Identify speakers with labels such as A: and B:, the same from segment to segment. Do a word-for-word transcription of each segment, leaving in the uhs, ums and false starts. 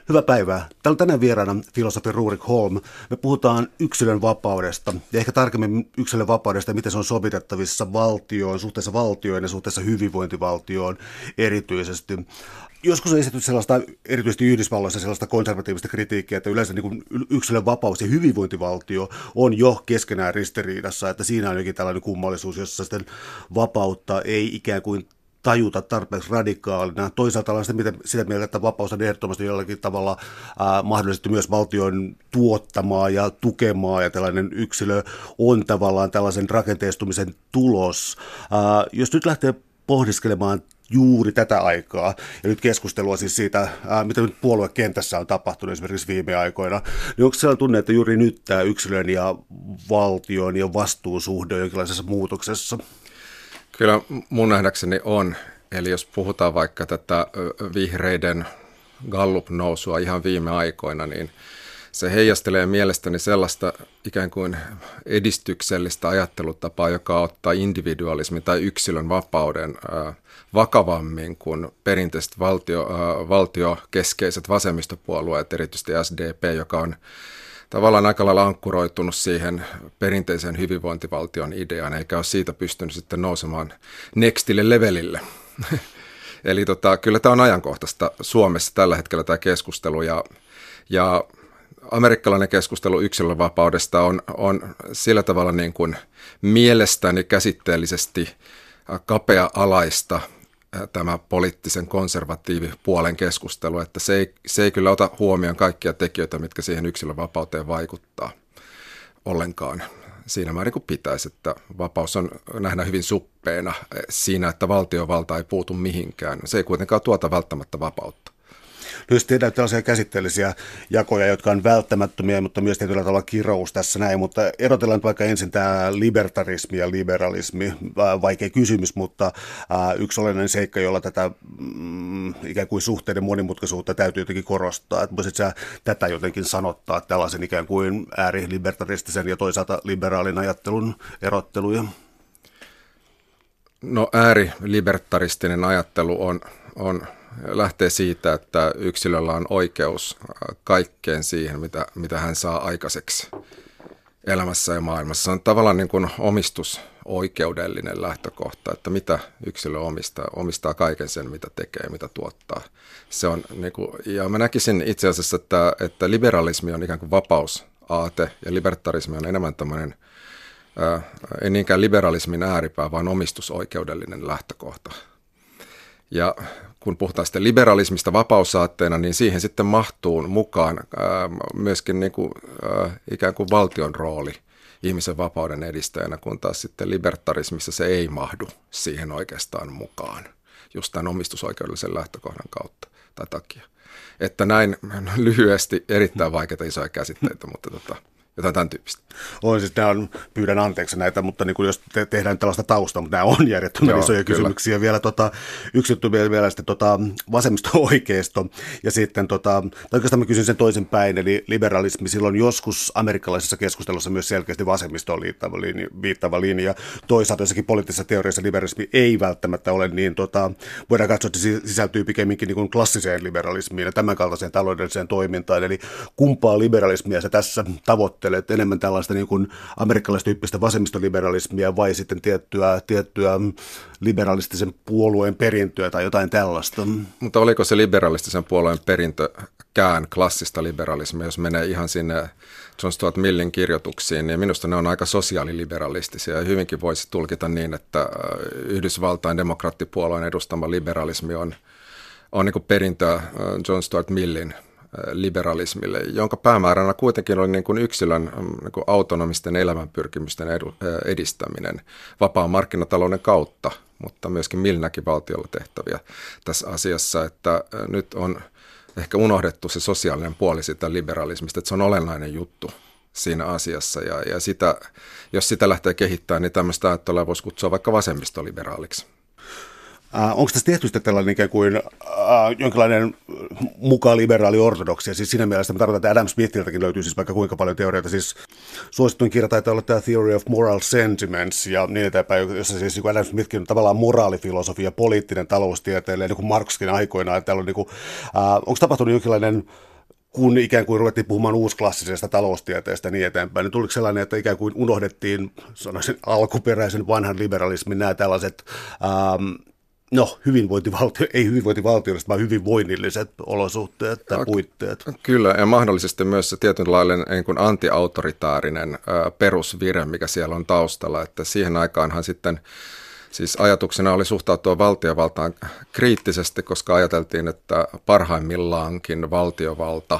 A: Hyvää päivää. Täällä on tänään vieraana filosofi Rurik Holm. Me puhutaan yksilön vapaudesta ja ehkä tarkemmin yksilön vapaudesta ja miten se on sovitettavissa valtioon, suhteessa valtioon ja suhteessa hyvinvointivaltioon erityisesti. Joskus on esitetty sellaista, erityisesti Yhdysvalloissa sellaista konservatiivista kritiikkiä, että yleensä niin kuin yksilön vapaus ja hyvinvointivaltio on jo keskenään ristiriidassa, että siinä on jokin tällainen kummallisuus, jossa sitten vapautta ei ikään kuin tajuta tarpeeksi radikaalina. Toisaalta ollaan sitä, sitä mieltä, että vapaus on ehdottomasti jollakin tavalla ää, mahdollisesti myös valtion tuottamaa ja tukemaa, ja tällainen yksilö on tavallaan tällaisen rakenteistumisen tulos. Ää, jos nyt lähtee pohdiskelemaan juuri tätä aikaa, ja nyt keskustelua siis siitä, ää, mitä nyt puoluekentässä on tapahtunut esimerkiksi viime aikoina, niin onko sellainen tunne, että juuri nyt tämä yksilön ja valtion ja vastuusuhde on jonkinlaisessa muutoksessa?
B: Kyllä mun nähdäkseni on. Eli jos puhutaan vaikka tätä vihreiden Gallup-nousua ihan viime aikoina, niin se heijastelee mielestäni sellaista ikään kuin edistyksellistä ajattelutapaa, joka ottaa individualismin tai yksilön vapauden vakavammin kuin perinteiset valtio, valtiokeskeiset vasemmistopuolueet, erityisesti S D P, joka on tavallaan aika lailla ankkuroitunut siihen perinteiseen hyvinvointivaltion ideaan, eikä ole siitä pystynyt sitten nousemaan nextille levelille. Eli tota, kyllä tämä on ajankohtaista Suomessa tällä hetkellä tämä keskustelu, ja, ja amerikkalainen keskustelu yksilönvapaudesta on, on sillä tavalla niin kuin mielestäni käsitteellisesti kapea-alaista tämä poliittisen konservatiivipuolen keskustelu, että se ei, se ei kyllä ota huomioon kaikkia tekijöitä, mitkä siihen yksilön vapauteen vaikuttaa ollenkaan siinä määrin kuin pitäisi, että vapaus on nähdään hyvin suppeena siinä, että valtiovalta ei puutu mihinkään. Se ei kuitenkaan tuota välttämättä vapautta.
A: No jos tehdään tällaisia käsitteellisiä jakoja, jotka on välttämättömiä, mutta myös tietyllä tavalla kirous tässä näin, mutta erotellaan vaikka ensin tämä libertarismi ja liberalismi, vaikea kysymys, mutta yksi olennainen seikka, jolla tätä mm, ikään kuin suhteiden monimutkaisuutta täytyy jotenkin korostaa, että voisit sä tätä jotenkin sanottaa tällaisen ikään kuin äärilibertaristisen ja toisaalta liberaalin ajattelun erotteluja?
B: No äärilibertaristinen ajattelu on, on lähtee siitä, että yksilöllä on oikeus kaikkeen siihen, mitä, mitä hän saa aikaiseksi elämässä ja maailmassa. Se on tavallaan niin kuin omistusoikeudellinen lähtökohta, että mitä yksilö omistaa, omistaa kaiken sen, mitä tekee, mitä tuottaa. Se on niin kuin, ja mä näkisin itse asiassa, että, että liberalismi on ikään kuin vapausaate ja libertarismi on enemmän tämmöinen, ää, ei niinkään liberalismin ääripää, vaan omistusoikeudellinen lähtökohta. Ja kun puhutaan sitten liberalismista vapausaatteena, niin siihen sitten mahtuu mukaan ää, myöskin niin kuin, ää, ikään kuin valtion rooli ihmisen vapauden edistäjänä, kun taas sitten libertarismissa se ei mahdu siihen oikeastaan mukaan, just tämän omistusoikeudellisen lähtökohdan kautta tai takia. Että näin lyhyesti erittäin vaikeita isoja käsitteitä, mutta tota, jotain tämän tyyppistä.
A: On siis, nämä on, pyydän anteeksi näitä, mutta niin kuin jos te, tehdään tällaista taustaa, mutta nämä on järjettömän isoja kyllä. Kysymyksiä. Vielä tota, yksi juttu vielä, vielä sitten tota, vasemmisto-oikeisto, ja sitten, tota, tai oikeastaan mä kysyn sen toisen päin, eli liberalismi, silloin joskus amerikkalaisessa keskustelussa myös selkeästi vasemmistoon liittävä linja, viittava linja. Toisaalta jossakin poliittisessa teoriassa liberalismi ei välttämättä ole niin, tota, voidaan katsoa, että se sisältyy pikemminkin niin kuin klassiseen liberalismiin ja tämän kaltaiseen taloudelliseen toimintaan, eli kumpaa liberalismia se tässä tavoittelee, että enemmän tällaista niin kuin amerikkalaistyyppistä vasemmistoliberalismia vai sitten tiettyä, tiettyä liberalistisen puolueen perintöä tai jotain tällaista.
B: Mutta oliko se liberalistisen puolueen perintökään klassista liberalismia, jos menee ihan sinne John Stuart Millin kirjoituksiin, niin minusta ne on aika sosiaaliliberalistisia ja hyvinkin voisi tulkita niin, että Yhdysvaltain demokraattipuolueen edustama liberalismi on, on niin kuin perintöä John Stuart Millin liberalismille, jonka päämääränä kuitenkin oli niin kuin yksilön niin kuin autonomisten elämänpyrkimysten edu, edistäminen vapaan markkinatalouden kautta, mutta myöskin milläkin valtiolla tehtäviä tässä asiassa, että nyt on ehkä unohdettu se sosiaalinen puoli sitä liberalismista, että se on olennainen juttu siinä asiassa, ja, ja sitä, jos sitä lähtee kehittämään, niin tämmöistä ajattelua voisi kutsua vaikka vasemmistoliberaaliksi.
A: Äh, onko tässä tehty sitten tällainen ikään kuin äh, jonkinlainen mukaan liberaali ortodoksia? Siis siinä mielessä mä tarkoitan, että Adam Smithiltäkin löytyy siis vaikka kuinka paljon teorioita. Siis suosittuin kirja taitaa olla tämä Theory of Moral Sentiments ja niin eteenpäin, jossa siis niin Adam Smithkin on tavallaan moraalifilosofia, poliittinen taloustieteilijä, niin kuin Marxkin aikoinaan. Täällä on niin kuin, äh, onko tapahtunut jonkinlainen kun ikään kuin ruvettiin puhumaan uusklassisesta taloustieteestä ja niin eteenpäin, niin tuliko sellainen, että ikään kuin unohdettiin, sanoisin, alkuperäisen vanhan liberalismin nämä tällaiset, ähm, no hyvinvointivaltio, ei hyvinvointivaltiolliset, vaan hyvinvoinnilliset olosuhteet tai puitteet.
B: Kyllä, ja mahdollisesti myös se tietynlainen niin kuin anti-autoritaarinen ää, perusvire, mikä siellä on taustalla, että siihen aikaanhan sitten siis ajatuksena oli suhtautua valtiovaltaan kriittisesti, koska ajateltiin, että parhaimmillaankin valtiovalta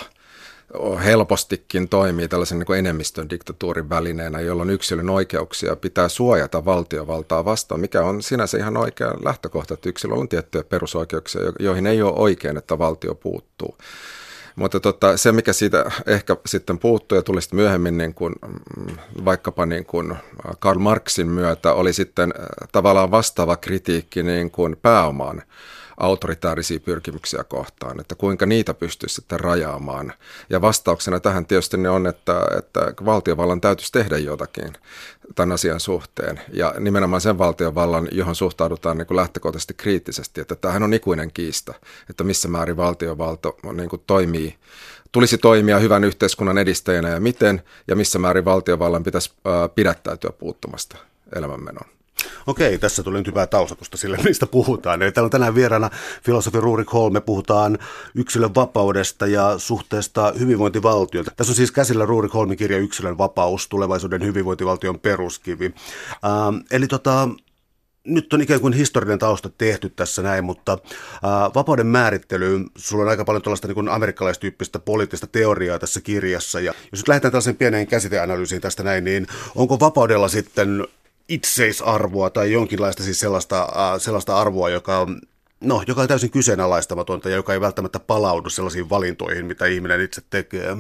B: helpostikin toimii tällaisen niin kuin enemmistön diktatuurin välineenä, jolloin yksilön oikeuksia pitää suojata valtiovaltaa vastaan, mikä on sinänsä ihan oikea lähtökohta, että yksilöllä on tiettyjä perusoikeuksia, joihin ei ole oikein, että valtio puuttuu. Mutta tota, se, mikä siitä ehkä sitten puuttui ja tuli sitten myöhemmin niin kuin, vaikkapa niin kuin Karl Marxin myötä, oli sitten tavallaan vastaava kritiikki niin kuin pääomaan autoritaarisia pyrkimyksiä kohtaan, että kuinka niitä pystyisi sitten rajaamaan. Ja vastauksena tähän tietysti ne on, että, että valtiovallan täytyisi tehdä jotakin tämän asian suhteen. Ja nimenomaan sen valtiovallan, johon suhtaudutaan niin kuin lähtökohtaisesti kriittisesti, että tämähän on ikuinen kiista, että missä määrin valtiovalta niin kuin toimii, tulisi toimia hyvän yhteiskunnan edistäjänä ja miten, ja missä määrin valtiovallan pitäisi pidättäytyä puuttumasta elämänmenoon.
A: Okei, tässä tuli nyt hyvää taustatusta sille, mistä puhutaan. Eli täällä on tänään vieraana filosofi Rurik Holm. Me puhutaan yksilön vapaudesta ja suhteesta hyvinvointivaltiolta. Tässä on siis käsillä Rurik Holmin kirja Yksilön vapaus, tulevaisuuden hyvinvointivaltion peruskivi. Ähm, eli tota, nyt on ikään kuin historiallinen tausta tehty tässä näin, mutta äh, vapauden määrittelyyn, sulla on aika paljon tällaista niin kuin amerikkalaistyyppistä poliittista teoriaa tässä kirjassa. Ja jos nyt lähdetään tällaisen pieneen käsiteanalyysiin tästä näin, niin onko vapaudella sitten itseisarvoa tai jonkinlaista siis sellaista, äh, sellaista arvoa, joka, no, joka on täysin kyseenalaistamatonta ja joka ei välttämättä palaudu sellaisiin valintoihin, mitä ihminen itse tekee?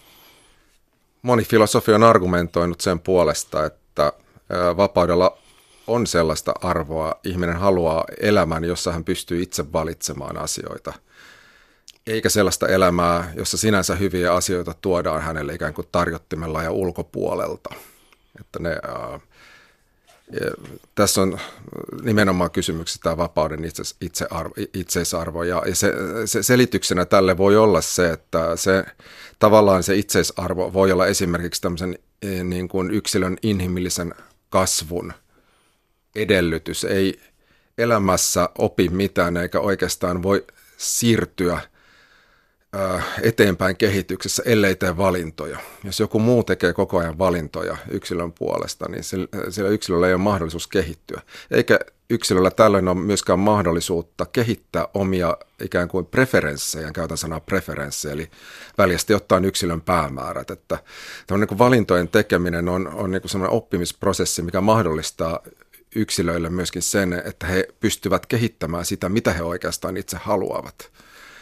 B: Moni filosofi on argumentoinut sen puolesta, että äh, vapaudella on sellaista arvoa, ihminen haluaa elämän, jossa hän pystyy itse valitsemaan asioita, eikä sellaista elämää, jossa sinänsä hyviä asioita tuodaan hänelle ikään kuin tarjottimella ja ulkopuolelta. Että ne... Äh, Ja tässä on nimenomaan kysymyksessä tämä vapauden itse, itsearvo, itseisarvo ja se, se selityksenä tälle voi olla se, että se, tavallaan se itseisarvo voi olla esimerkiksi tämmöisen niin kuin yksilön inhimillisen kasvun edellytys. Ei elämässä opi mitään eikä oikeastaan voi siirtyä eteenpäin kehityksessä, ellei tee valintoja. Jos joku muu tekee koko ajan valintoja yksilön puolesta, niin sillä yksilöllä ei ole mahdollisuus kehittyä. Eikä yksilöllä tällöin ole myöskään mahdollisuutta kehittää omia ikään kuin preferenssejä, käytän sanaa preferenssejä, eli väljästi ottaen yksilön päämäärät. Että niin kuin valintojen tekeminen on, on niin kuin sellainen oppimisprosessi, mikä mahdollistaa yksilöille myöskin sen, että he pystyvät kehittämään sitä, mitä he oikeastaan itse haluavat.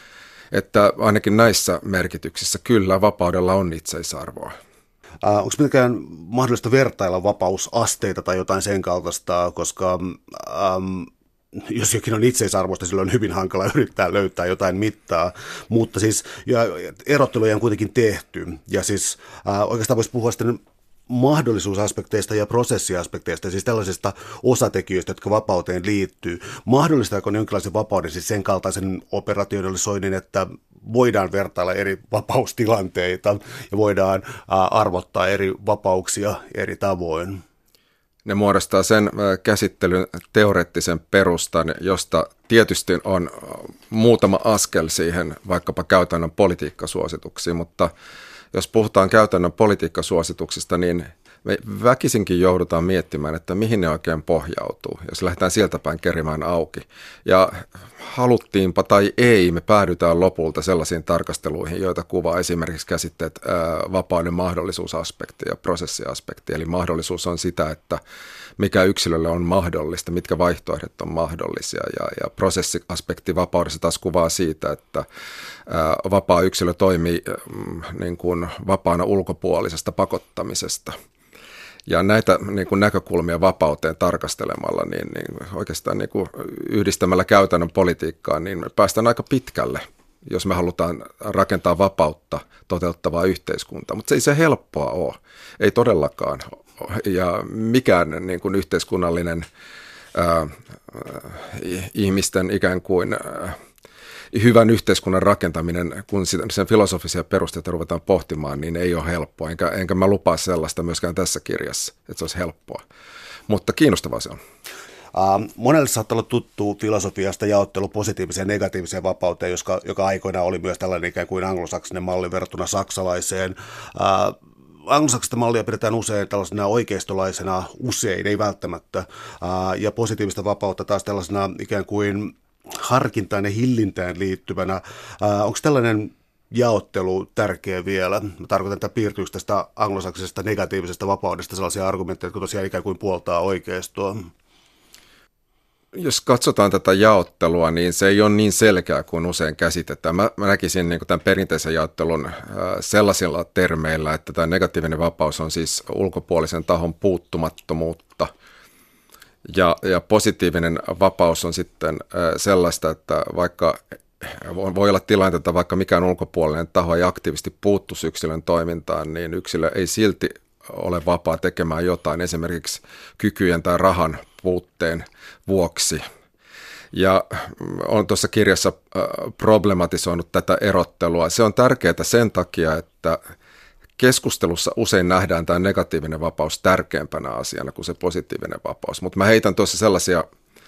B: Että ainakin näissä merkityksissä kyllä vapaudella on itseisarvoa.
A: Äh, onko mitenkään mahdollista vertailla vapausasteita tai jotain sen kaltaista, koska ähm, jos jokin on itseisarvoista, silloin on hyvin hankala yrittää löytää jotain mittaa, mutta siis ja erotteluja on kuitenkin tehty ja siis äh, oikeastaan voisi puhua sitten mahdollisuusaspekteista ja prosessiaspekteista, siis tällaisista osatekijöistä, jotka vapauteen liittyy. Mahdollistaako jonkinlaisen vapauden siis sen kaltaisen operationalisoinnin, että voidaan vertailla eri vapaustilanteita ja voidaan arvottaa eri vapauksia eri tavoin?
B: Ne muodostaa sen käsittelyn teoreettisen perustan, josta tietysti on muutama askel siihen vaikkapa käytännön politiikkasuosituksiin, mutta jos puhutaan käytännön politiikkasuosituksista, niin me väkisinkin joudutaan miettimään, että mihin ne oikein pohjautuu, jos lähdetään sieltä päin kerimään auki. Ja haluttiinpa tai ei, me päädytään lopulta sellaisiin tarkasteluihin, joita kuvaa esimerkiksi käsitteet ää, vapauden mahdollisuusaspekti ja prosessiaspekti. Eli mahdollisuus on sitä, että mikä yksilölle on mahdollista, mitkä vaihtoehdot on mahdollisia. Ja, ja prosessiaspekti vapaudessa taas kuvaa siitä, että ää, vapaa yksilö toimii mm, niin kuin vapaana ulkopuolisesta pakottamisesta. Ja näitä niin kuin näkökulmia vapauteen tarkastelemalla, niin, niin oikeastaan niin kuin yhdistämällä käytännön politiikkaan, niin me päästään aika pitkälle, jos me halutaan rakentaa vapautta toteuttavaa yhteiskuntaa. Mutta se ei se helppoa ole, ei todellakaan. Ja mikään niin kuin yhteiskunnallinen ää, ihmisten ikään kuin ää, hyvän yhteiskunnan rakentaminen, kun sen filosofisia perusteita ruvetaan pohtimaan, niin ei ole helppoa. Enkä, enkä mä lupaa sellaista myöskään tässä kirjassa, että se olisi helppoa. Mutta kiinnostavaa se on.
A: Uh, monelle saattaa olla tuttu filosofiasta jaottelu positiiviseen ja negatiiviseen vapauteen, joka, joka aikoinaan oli myös tällainen ikään kuin anglosaksinen malli verrattuna saksalaiseen. Uh, Anglosaksista mallia pidetään usein tällaisena oikeistolaisena, usein, ei välttämättä, uh, ja positiivista vapautta taas tällaisena ikään kuin harkintaan ja hillintään liittyvänä. Uh, onko tällainen jaottelu tärkeä vielä? Mä tarkoitan, että piirtyykö tästä anglosaksisesta negatiivisesta vapaudesta sellaisia argumentteja, jotka tosiaan ikään kuin puoltaa oikeistoa?
B: Jos katsotaan tätä jaottelua, niin se ei ole niin selkeä kuin usein käsitetään. Mä, mä näkisin niin kuin tämän perinteisen jaottelun äh, sellaisilla termeillä, että tämä negatiivinen vapaus on siis ulkopuolisen tahon puuttumattomuutta. Ja, ja positiivinen vapaus on sitten äh, sellaista, että vaikka voi olla tilanteita, että vaikka mikään ulkopuolinen taho ei aktiivisesti puuttuisi yksilön toimintaan, niin yksilö ei silti ole vapaa tekemään jotain, esimerkiksi kykyjen tai rahan puutteen vuoksi. Ja olen tuossa kirjassa problematisoinut tätä erottelua. Se on tärkeää sen takia, että keskustelussa usein nähdään tämä negatiivinen vapaus tärkeämpänä asiana kuin se positiivinen vapaus. Mutta mä heitän tuossa sellaisia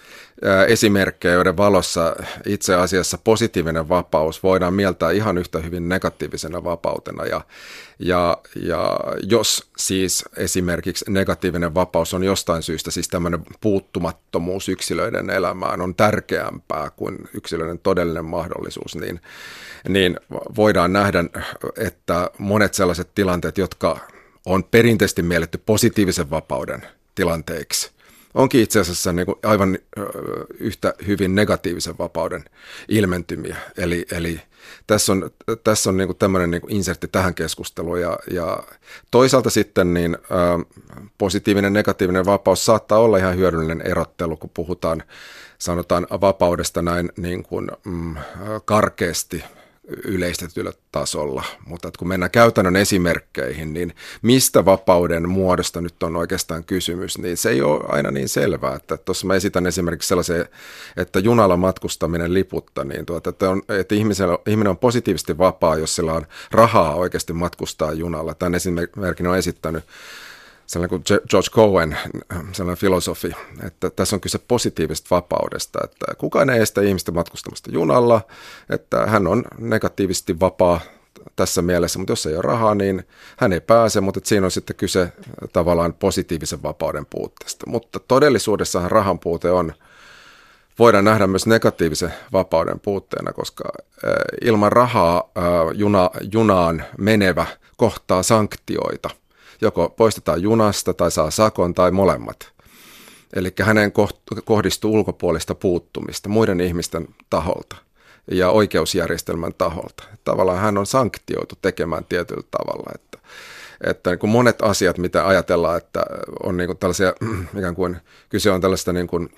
B: esimerkkejä, joiden valossa itse asiassa positiivinen vapaus voidaan mieltää ihan yhtä hyvin negatiivisena vapautena. Ja, ja, ja jos siis esimerkiksi negatiivinen vapaus on jostain syystä, siis tämmöinen puuttumattomuus yksilöiden elämään on tärkeämpää kuin yksilöiden todellinen mahdollisuus, niin, niin voidaan nähdä, että monet sellaiset tilanteet, jotka on perinteisesti mielletty positiivisen vapauden tilanteiksi, onkin itse asiassa niin kuin aivan yhtä hyvin negatiivisen vapauden ilmentymiä. Eli, eli tässä on, tässä on niin kuin tämmöinen niin kuin insertti tähän keskusteluun. Ja, ja toisaalta sitten niin, ä, positiivinen ja negatiivinen vapaus saattaa olla ihan hyödyllinen erottelu, kun puhutaan, sanotaan vapaudesta näin niin kuin, mm, karkeasti yleistetyllä tasolla, mutta kun mennään käytännön esimerkkeihin, niin mistä vapauden muodosta nyt on oikeastaan kysymys, niin se ei ole aina niin selvää. Että tuossa mä esitän esimerkiksi sellaisen, että junalla matkustaminen liputta, niin tuota, että, on, että ihminen on positiivisesti vapaa, jos sillä on rahaa oikeasti matkustaa junalla. Tämän esimerkin on esittänyt sellainen kuin George Cohen, sellainen filosofi, että tässä on kyse positiivisesta vapaudesta, että kukaan ei estä ihmistä matkustamasta junalla, että hän on negatiivisesti vapaa tässä mielessä, mutta jos ei ole rahaa, niin hän ei pääse, mutta siinä on sitten kyse tavallaan positiivisen vapauden puutteesta. Mutta todellisuudessahan rahan puute on, voidaan nähdä myös negatiivisen vapauden puutteena, koska ilman rahaa juna, junaan menevä kohtaa sanktioita. Joko poistetaan junasta tai saa sakon tai molemmat. Eli hänen kohdistuu ulkopuolista puuttumista muiden ihmisten taholta ja oikeusjärjestelmän taholta. Tavallaan hän on sanktioitu tekemään tietyllä tavalla. Että, että niin kuin monet asiat, mitä ajatellaan, että on niin kuin tällaisia, ikään kuin kyse on tällaista niin kuin,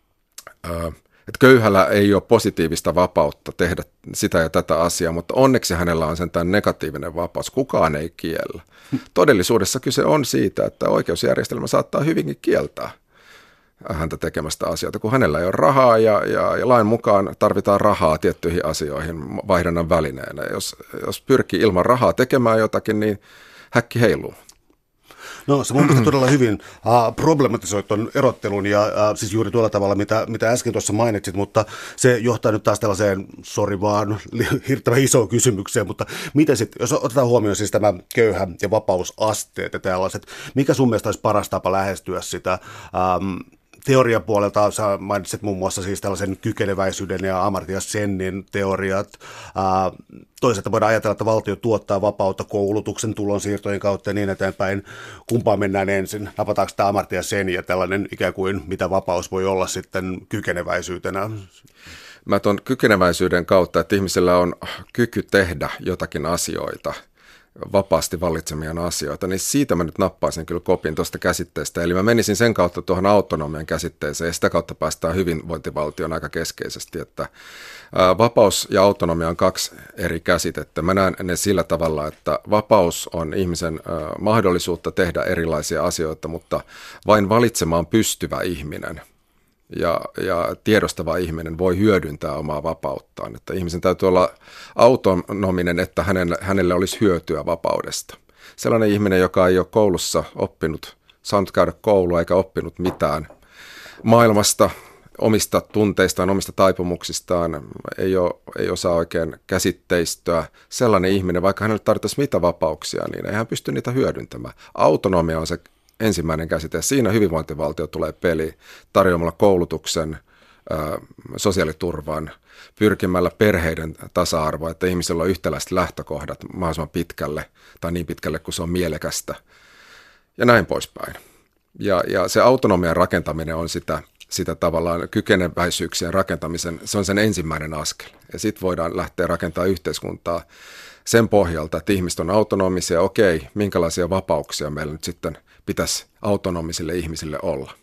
B: että köyhällä ei ole positiivista vapautta tehdä sitä ja tätä asiaa, mutta onneksi hänellä on sentään negatiivinen vapaus. Kukaan ei kiellä. Todellisuudessa kyse on siitä, että oikeusjärjestelmä saattaa hyvinkin kieltää häntä tekemästä asioita, kun hänellä ei ole rahaa ja, ja, ja lain mukaan tarvitaan rahaa tiettyihin asioihin vaihdannan välineenä. Jos, jos pyrkii ilman rahaa tekemään jotakin, niin häkki heiluu.
A: No se mun mielestä todella hyvin uh, problematisoit tuon erottelun ja uh, siis juuri tuolla tavalla, mitä, mitä äsken tuossa mainitsit, mutta se johtaa nyt taas tällaiseen, sori vaan, hirttävän isoon kysymykseen, mutta miten sitten, jos otetaan huomioon siis tämä köyhä ja vapausasteet ja tällaiset, mikä sun mielestä olisi paras tapa lähestyä sitä? Um, Teorian puolelta sä mainitsit muun muassa siis tällaisen kykeneväisyyden ja Amartya Senin teoriat. Toisaalta voidaan ajatella, että valtio tuottaa vapautta koulutuksen, tulonsiirtojen kautta ja niin eteenpäin. Kumpaan mennään ensin? Napataanko tämä Amartya Sen ja tällainen ikään kuin, mitä vapaus voi olla sitten kykeneväisyytenä?
B: Mä tuon kykeneväisyyden kautta, että ihmisellä on kyky tehdä jotakin asioita, vapaasti valitsemia asioita, niin siitä mä nyt nappaisin kyllä kopin tuosta käsitteestä. Eli mä menisin sen kautta tuohon autonomian käsitteeseen ja sitä kautta päästään hyvinvointivaltion aika keskeisesti, että vapaus ja autonomia on kaksi eri käsitettä. Mä näen ne sillä tavalla, että vapaus on ihmisen mahdollisuutta tehdä erilaisia asioita, mutta vain valitsemaan pystyvä ihminen, ja, ja tiedostava ihminen voi hyödyntää omaa vapauttaan. Että ihmisen täytyy olla autonominen, että hänelle, hänelle olisi hyötyä vapaudesta. Sellainen ihminen, joka ei ole koulussa oppinut, saanut käydä koulua eikä oppinut mitään maailmasta, omista tunteistaan, omista taipumuksistaan, ei, ole, ei osaa oikein käsitteistöä. Sellainen ihminen, vaikka hänelle tarvittaisi mitä vapauksia, niin ei hän pysty niitä hyödyntämään. Autonomia on se ensimmäinen käsite. Siinä hyvinvointivaltio tulee peliin tarjoamalla koulutuksen, sosiaaliturvan, pyrkimällä perheiden tasa-arvoa, että ihmisillä on yhtäläiset lähtökohdat mahdollisimman pitkälle tai niin pitkälle kuin se on mielekästä ja näin poispäin. Ja, ja se autonomian rakentaminen on sitä, sitä tavallaan kykeneväisyyksien rakentamisen, se on sen ensimmäinen askel. Ja sitten voidaan lähteä rakentamaan yhteiskuntaa sen pohjalta, että ihmiset on autonomisia, okei, minkälaisia vapauksia meillä nyt sitten pitäisi autonomisille ihmisille olla.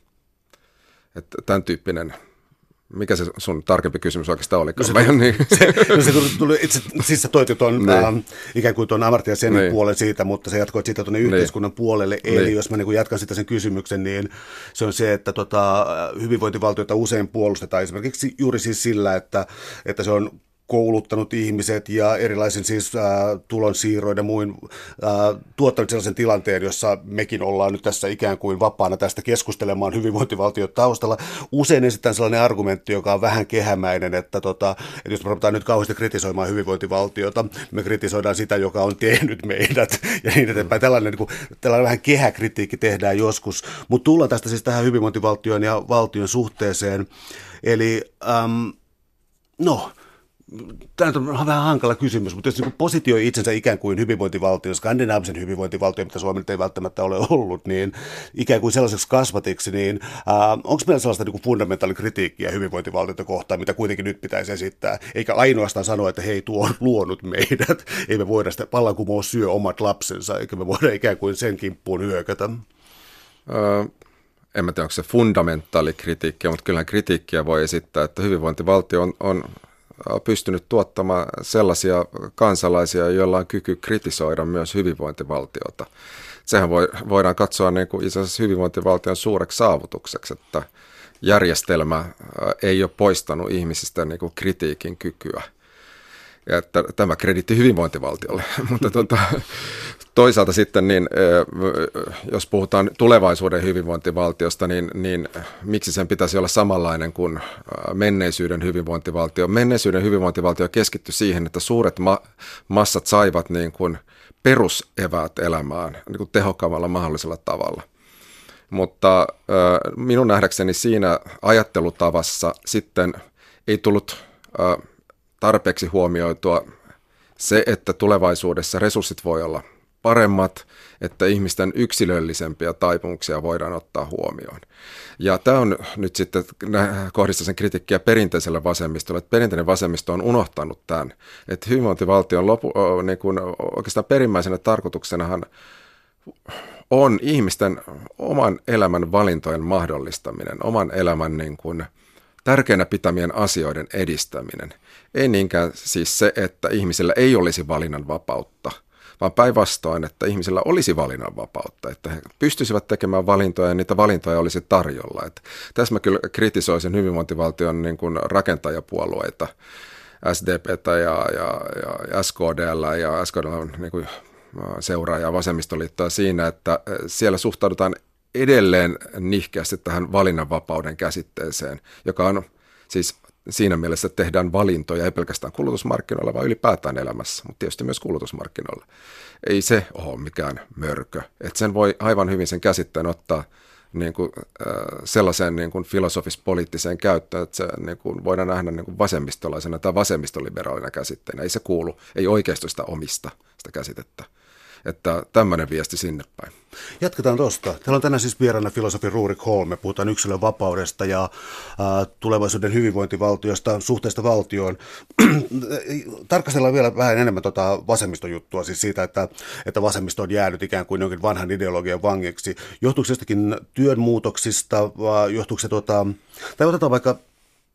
B: Että tämän tyyppinen. Mikä se sun tarkempi kysymys oikeastaan oli?
A: No se, tuli, niin. se, no se tuli itse, siis sä toit jo tuon äh, ikään kuin tuon Amartya Senin niin. puolen siitä, mutta sä jatkoit siitä tuonne niin. yhteiskunnan puolelle. Eli niin. jos mä niin jatkan sitä sen kysymyksen, niin se on se, että tota, hyvinvointivaltiota usein puolustetaan esimerkiksi juuri siis sillä, että, että se on kouluttanut ihmiset ja erilaisen siis äh, tulonsiirroiden muin äh, tuottanut sellaisen tilanteen, jossa mekin ollaan nyt tässä ikään kuin vapaana tästä keskustelemaan hyvinvointivaltion taustalla. Usein esitetään sellainen argumentti, joka on vähän kehämäinen, että, tota, että jos me ruvetaan nyt kauheasti kritisoimaan hyvinvointivaltiota, me kritisoidaan sitä, joka on tehnyt meidät ja niin eteenpäin. Tällainen, niin kuin, tällainen vähän kehäkritiikki tehdään joskus, mutta tullaan tästä siis tähän hyvinvointivaltion ja valtion suhteeseen. Eli ähm, no... Tämä on vähän hankala kysymys, mutta jos niin positioi itsensä ikään kuin hyvinvointivaltio, skandinaavisen hyvinvointivaltio, mitä Suomi nyt ei välttämättä ole ollut, niin ikään kuin sellaiseksi kasvatiksi, niin äh, onko meillä sellaista niin kuin fundamentaalikritiikkiä hyvinvointivaltiota kohtaan, mitä kuitenkin nyt pitäisi esittää, eikä ainoastaan sanoa, että hei, tuo on luonut meidät, ei me voida sitä vallankumous syö omat lapsensa, eikä me voida ikään kuin sen kimppuun hyökätä.
B: Öö. En mä tiedä, onko se fundamentaalikritiikkiä, mutta kyllähän kritiikkiä voi esittää, että hyvinvointivaltio on, on pystynyt tuottamaan sellaisia kansalaisia, joilla on kyky kritisoida myös hyvinvointivaltiota. Sehän voi, voidaan katsoa niin kuin itse asiassa hyvinvointivaltion suureksi saavutukseksi, että järjestelmä ei ole poistanut ihmisistä niin kuin kritiikin kykyä. Ja että tämä krediitti hyvinvointivaltiolle, mutta tuota, toisaalta sitten, niin, jos puhutaan tulevaisuuden hyvinvointivaltiosta, niin, niin miksi sen pitäisi olla samanlainen kuin menneisyyden hyvinvointivaltio? Menneisyyden hyvinvointivaltio keskittyi siihen, että suuret ma- massat saivat niin kuin peruseväät elämään niin kuin tehokkaammalla mahdollisella tavalla. Mutta minun nähdäkseni siinä ajattelutavassa sitten ei tullut tarpeeksi huomioitua se, että tulevaisuudessa resurssit voi olla paremmat, että ihmisten yksilöllisempiä taipumuksia voidaan ottaa huomioon. Ja tämä on nyt sitten kohdista sen kritiikkiä perinteiselle vasemmistolle, että perinteinen vasemmisto on unohtanut tämän, että hyvinvointivaltion lopu, niin kuin oikeastaan perimmäisenä tarkoituksenahan on ihmisten oman elämän valintojen mahdollistaminen, oman elämän niin kuin tärkeänä pitämien asioiden edistäminen. Ei niinkään siis se, että ihmisillä ei olisi valinnanvapautta, vaan päinvastoin, että ihmisillä olisi valinnanvapautta, että he pystyisivät tekemään valintoja ja niitä valintoja olisi tarjolla. Että tässä mä kyllä kritisoisin hyvinvointivaltion niin kuin rakentajapuolueita, S D P:tä ja, ja, ja S K D:llä ja S K D:llä on niin kuin seuraaja vasemmistoliittoa siinä, että siellä suhtaudutaan edelleen nihkeästi tähän valinnanvapauden käsitteeseen, joka on siis siinä mielessä, että tehdään valintoja ei pelkästään kulutusmarkkinoilla, vaan ylipäätään elämässä, mutta tietysti myös kulutusmarkkinoilla. Ei se ole mikään mörkö. Että sen voi aivan hyvin sen käsitteen ottaa niin kuin, äh, sellaiseen niin kuin filosofis-poliittiseen käyttöön, että se niin kuin voidaan nähdä niin kuin vasemmistolaisena tai vasemmistoliberaalina käsitteenä. Ei se kuulu, ei oikeistosta omista sitä käsitettä. Että tämmöinen viesti sinne päin.
A: Jatketaan tuosta. Täällä on tänään siis vieraana filosofi Rurik Holm. Me puhutaan yksilön vapaudesta ja äh, tulevaisuuden hyvinvointivaltiosta, suhteesta valtioon. Tarkastellaan vielä vähän enemmän tuota vasemmistojuttua, siis siitä, että, että vasemmisto on jäänyt ikään kuin jonkin vanhan ideologian vangiksi. Johtuuko se jostakin työn muutoksista, vai johtuuko se, tuota, tai otetaan vaikka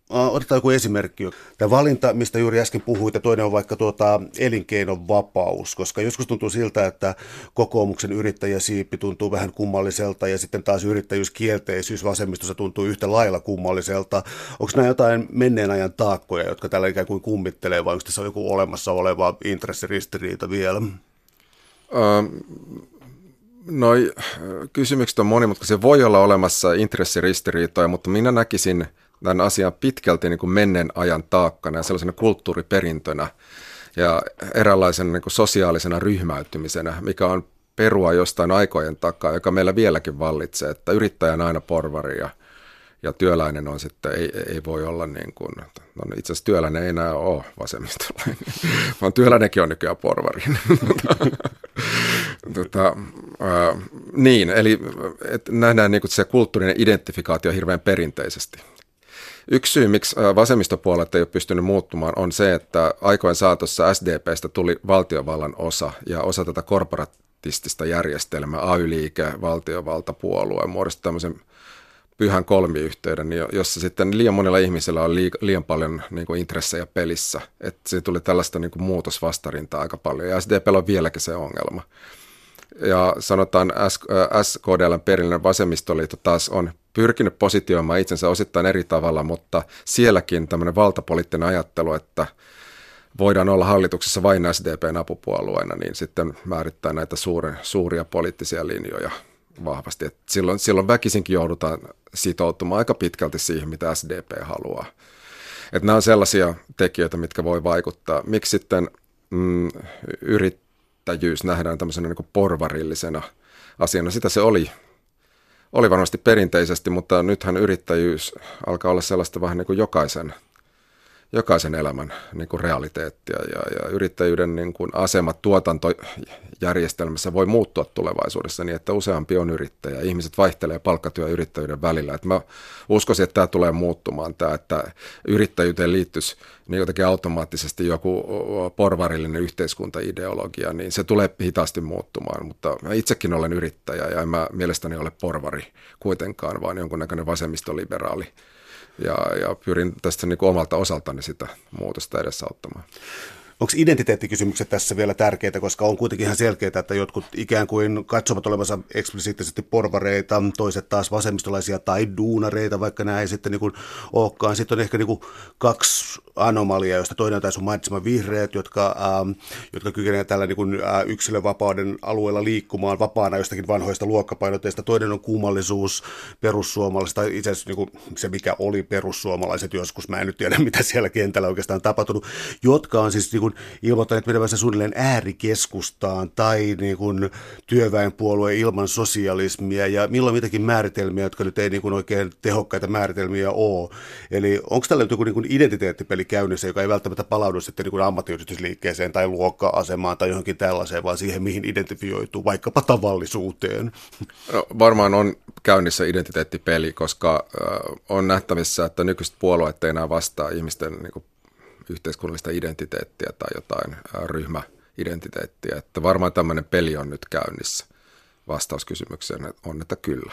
A: Otetaan joku esimerkki. Tämä valinta, mistä juuri äsken puhuit, ja toinen on vaikka tuota elinkeinon vapaus, koska joskus tuntuu siltä, että kokoomuksen yrittäjäsiippi tuntuu vähän kummalliselta, ja sitten taas yrittäjyyskielteisyys vasemmistossa tuntuu yhtä lailla kummalliselta. Onko nämä jotain menneen ajan taakkoja, jotka tällä ikään kuin kummittelee, vai onko tässä joku olemassa oleva intressiristiriita vielä?
B: Um. Noi kysymykset on monimutkaisia. Voi olla olemassa intressiristiriitoja, mutta minä näkisin tämän asian pitkälti niin kuin menneen ajan taakkana ja sellaisena kulttuuriperintönä ja eräänlaisena niin kuin sosiaalisena ryhmäytymisenä, mikä on perua jostain aikojen takaa, joka meillä vieläkin vallitsee, että yrittäjä on aina porvari ja, ja työläinen on sitten, ei, ei voi olla niin kuin, no itse asiassa työläinen ei enää ole vasemmistolainen, vaan työläinenkin on nykyään porvari. Tota, äh, niin, eli että nähdään niin kuin se kulttuurinen identifikaatio hirveän perinteisesti. Yksi syy, miksi vasemmistopuolet ei ole pystynyt muuttumaan, on se, että aikojen saatossa S D P:stä tuli valtiovallan osa ja osa tätä korporatistista järjestelmää, A Y-liike, valtiovaltapuolue, muodosti tämmöisen pyhän kolmiyhteyden, jossa sitten liian monilla ihmisillä on liian paljon niin kuin intressejä pelissä. Että se tuli tällaista niin kuin muutosvastarintaa aika paljon ja S D P:llä on vieläkin se ongelma. Ja sanotaan S K D L:n perillinen vasemmistoliitto taas on pyrkinyt positioimaan itsensä osittain eri tavalla, mutta sielläkin tämmöinen valtapoliittinen ajattelu, että voidaan olla hallituksessa vain S D P:n apupuolueena, niin sitten määrittää näitä suuri, suuria poliittisia linjoja vahvasti. Et silloin, silloin väkisinkin joudutaan sitoutumaan aika pitkälti siihen, mitä S D P haluaa. Et nämä on sellaisia tekijöitä, mitkä voi vaikuttaa. Miksi sitten mm, yrittäjyys nähdään tämmöisenä niin kuin porvarillisena asiana? Sitä se oli. Oli varmasti perinteisesti, mutta nythän yrittäjyys alkaa olla sellaista vähän niin kuin jokaisen, jokaisen elämän niin kuin realiteettia ja, ja yrittäjyyden niin kuin asema tuotantojärjestelmässä voi muuttua tulevaisuudessa niin, että useampi on yrittäjä. Ihmiset vaihtelee palkkatyö- ja yrittäjyyden välillä. Et mä uskoisin, että tämä tulee muuttumaan, tämä, että yrittäjyyteen liittyisi niin jotenkin automaattisesti joku porvarillinen yhteiskuntaideologia, niin se tulee hitaasti muuttumaan, mutta mä itsekin olen yrittäjä ja en mä mielestäni ole porvari kuitenkaan, vaan jonkunnäköinen vasemmistoliberaali. Ja, ja pyrin tästä niin kuin omalta osaltani sitä muutosta edesauttamaan.
A: Onko identiteettikysymykset tässä vielä tärkeitä, koska on kuitenkin ihan selkeää, että jotkut ikään kuin katsovat olevansa eksplisiittisesti porvareita, toiset taas vasemmistolaisia tai duunareita, vaikka nämä ei sitten niin kuin olekaan. Sitten on ehkä niin kuin kaksi anomaliaa, joista toinen on tämä sun mainitsema vihreät, jotka, ähm, jotka kykenevät tällä niin kuin, äh, yksilövapauden alueella liikkumaan vapaana jostakin vanhoista luokkapainotteista. Toinen on kummallisuus perussuomalaiset, tai itse asiassa niin kuin se, mikä oli perussuomalaiset joskus, mä en nyt tiedä, mitä siellä kentällä oikeastaan tapahtunut, jotka on siis niin kuin ilmoittaneet menevänsä suunnilleen äärikeskustaan tai niin kuin työväenpuolue ilman sosialismia ja milloin mitäkin määritelmiä, jotka nyt ei niin kuin oikein tehokkaita määritelmiä ole. Eli onko tällä joku niin kuin identiteettipeli käynnissä, joka ei välttämättä palaudu sitten niin kuin ammattiyhdistysliikkeeseen tai luokka-asemaan tai johonkin tällaiseen, vaan siihen, mihin identifioituu, vaikkapa tavallisuuteen?
B: No, varmaan on käynnissä identiteettipeli, koska äh, on nähtävissä, että nykyiset puolueet ei enää vastaa ihmisten niin kuin yhteiskunnallista identiteettiä tai jotain ryhmäidentiteettiä. Että varmaan tämmöinen peli on nyt käynnissä. Vastaus kysymykseen on, että kyllä.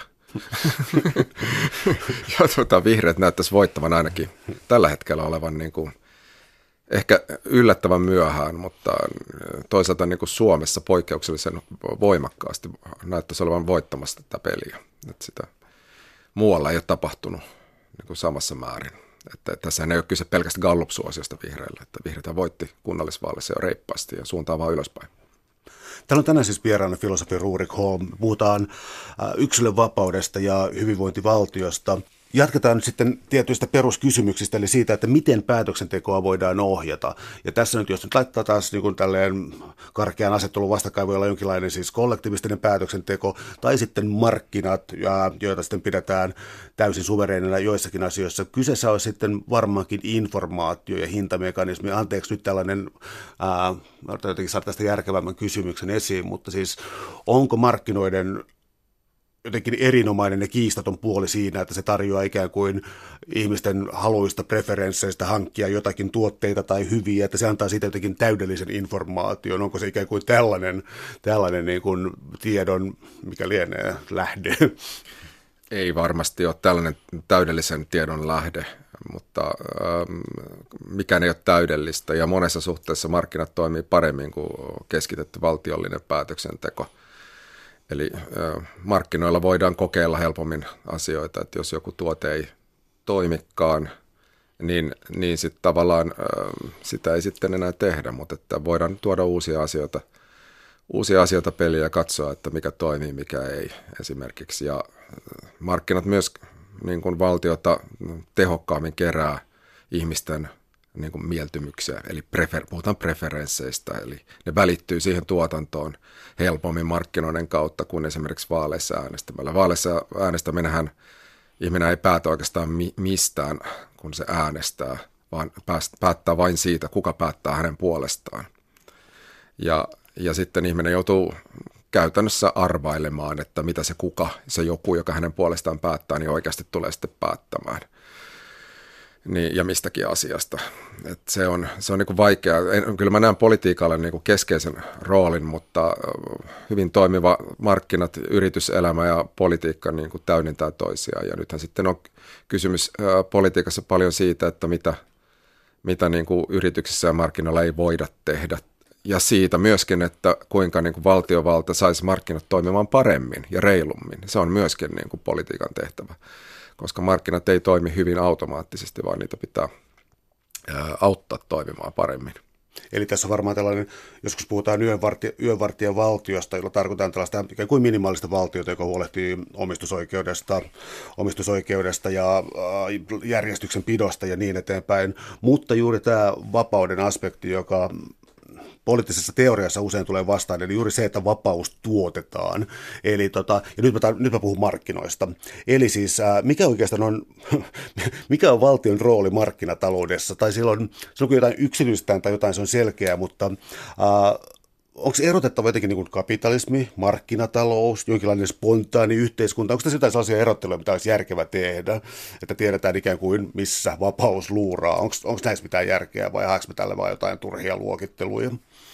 B: Ja tuota, vihreät näyttäisi voittavan ainakin tällä hetkellä olevan niin kuin, ehkä yllättävän myöhään, mutta toisaalta niin kuin Suomessa poikkeuksellisen voimakkaasti näyttäisi olevan voittamassa tätä peliä. Että sitä muualla ei ole tapahtunut niin kuin samassa määrin. Että tässä ei ole kyse pelkästään Gallup-suosiosta vihreillä, että vihreitä voitti kunnallisvaaleissa jo reippaasti ja suuntaa vaan ylöspäin.
A: Täällä on tänään siis vieraana filosofi Rurik Holm. Puhutaan yksilön vapaudesta ja hyvinvointivaltiosta. Jatketaan nyt sitten tietyistä peruskysymyksistä, eli siitä, että miten päätöksentekoa voidaan ohjata. Ja tässä nyt, jos nyt laittaa taas niin kuin tälleen karkean asettelun vastakkain, voi olla jonkinlainen siis kollektiivistinen päätöksenteko, tai sitten markkinat, joita sitten pidetään täysin suvereenina joissakin asioissa. Kyseessä on sitten varmaankin informaatio ja hintamekanismi. Anteeksi nyt tällainen, ää, jotenkin saada tästä järkevämmän kysymyksen esiin, mutta siis onko markkinoiden jotenkin erinomainen ja kiistaton puoli siinä, että se tarjoaa ikään kuin ihmisten haluista preferensseistä hankkia jotakin tuotteita tai hyviä, että se antaa siitä jotenkin täydellisen informaation. Onko se ikään kuin tällainen, tällainen niin kuin tiedon, mikä lienee, lähde?
B: Ei varmasti ole tällainen täydellisen tiedon lähde, mutta ähm, mikään ei ole täydellistä ja monessa suhteessa markkinat toimii paremmin kuin keskitetty valtiollinen päätöksenteko. Eli äh, markkinoilla voidaan kokeilla helpommin asioita, että jos joku tuote ei toimikaan, niin, niin sitten tavallaan äh, sitä ei sitten enää tehdä, mutta että voidaan tuoda uusia asioita, uusia asioita peliä ja katsoa, että mikä toimii, mikä ei esimerkiksi. Ja markkinat myös niin kuin valtiota tehokkaammin kerää ihmisten niin kuin mieltymyksiä, eli prefer, puhutaan preferensseistä, eli ne välittyy siihen tuotantoon helpommin markkinoiden kautta kuin esimerkiksi vaaleissa äänestämällä. Vaaleissa äänestäminenhän ihminen ei päätä oikeastaan mi- mistään, kun se äänestää, vaan päättää vain siitä, kuka päättää hänen puolestaan. Ja, ja sitten ihminen joutuu käytännössä arvailemaan, että mitä se kuka, se joku, joka hänen puolestaan päättää, niin oikeasti tulee sitten päättämään. Niin, ja mistäkin asiasta. Et se on, se on niin kuin vaikea. En, kyllä mä näen politiikalle niin kuin keskeisen roolin, mutta hyvin toimiva markkinat, yrityselämä ja politiikka niin kuin täydentää toisiaan. Ja nythän sitten on kysymys ää, politiikassa paljon siitä, että mitä, mitä niin kuin yrityksissä ja markkinoilla ei voida tehdä. Ja siitä myöskin, että kuinka niin kuin valtiovalta saisi markkinat toimimaan paremmin ja reilummin. Se on myöskin niin kuin politiikan tehtävä, koska markkinat ei toimi hyvin automaattisesti, vaan niitä pitää ää, auttaa toimimaan paremmin.
A: Eli tässä on varmaan tällainen, joskus puhutaan yönvartija, yönvartijan valtiosta, jolla tarkoitetaan tällaista ikään kuin minimaalista valtiota, joka huolehtii omistusoikeudesta, omistusoikeudesta ja äh, järjestyksen pidosta ja niin eteenpäin. Mutta juuri tämä vapauden aspekti, joka poliittisessa teoriassa usein tulee vastaan, eli juuri se, että vapaus tuotetaan. Eli tota, ja nyt mä, tar- nyt mä puhun markkinoista. Eli siis ää, mikä oikeastaan on, mikä on valtion rooli markkinataloudessa? Tai silloin, silloin kun jotain yksityistään tai jotain, se on selkeää, mutta ää, onko erotettava jotenkin niin kuin kapitalismi, markkinatalous, jonkinlainen spontaani yhteiskunta? Onko tässä jotain sellaisia erotteluja, mitä olisi järkevä tehdä, että tiedetään ikään kuin missä vapaus luuraa? Onko, onko näissä mitään järkeä vai haeks me tälle vaan jotain turhia luokitteluja?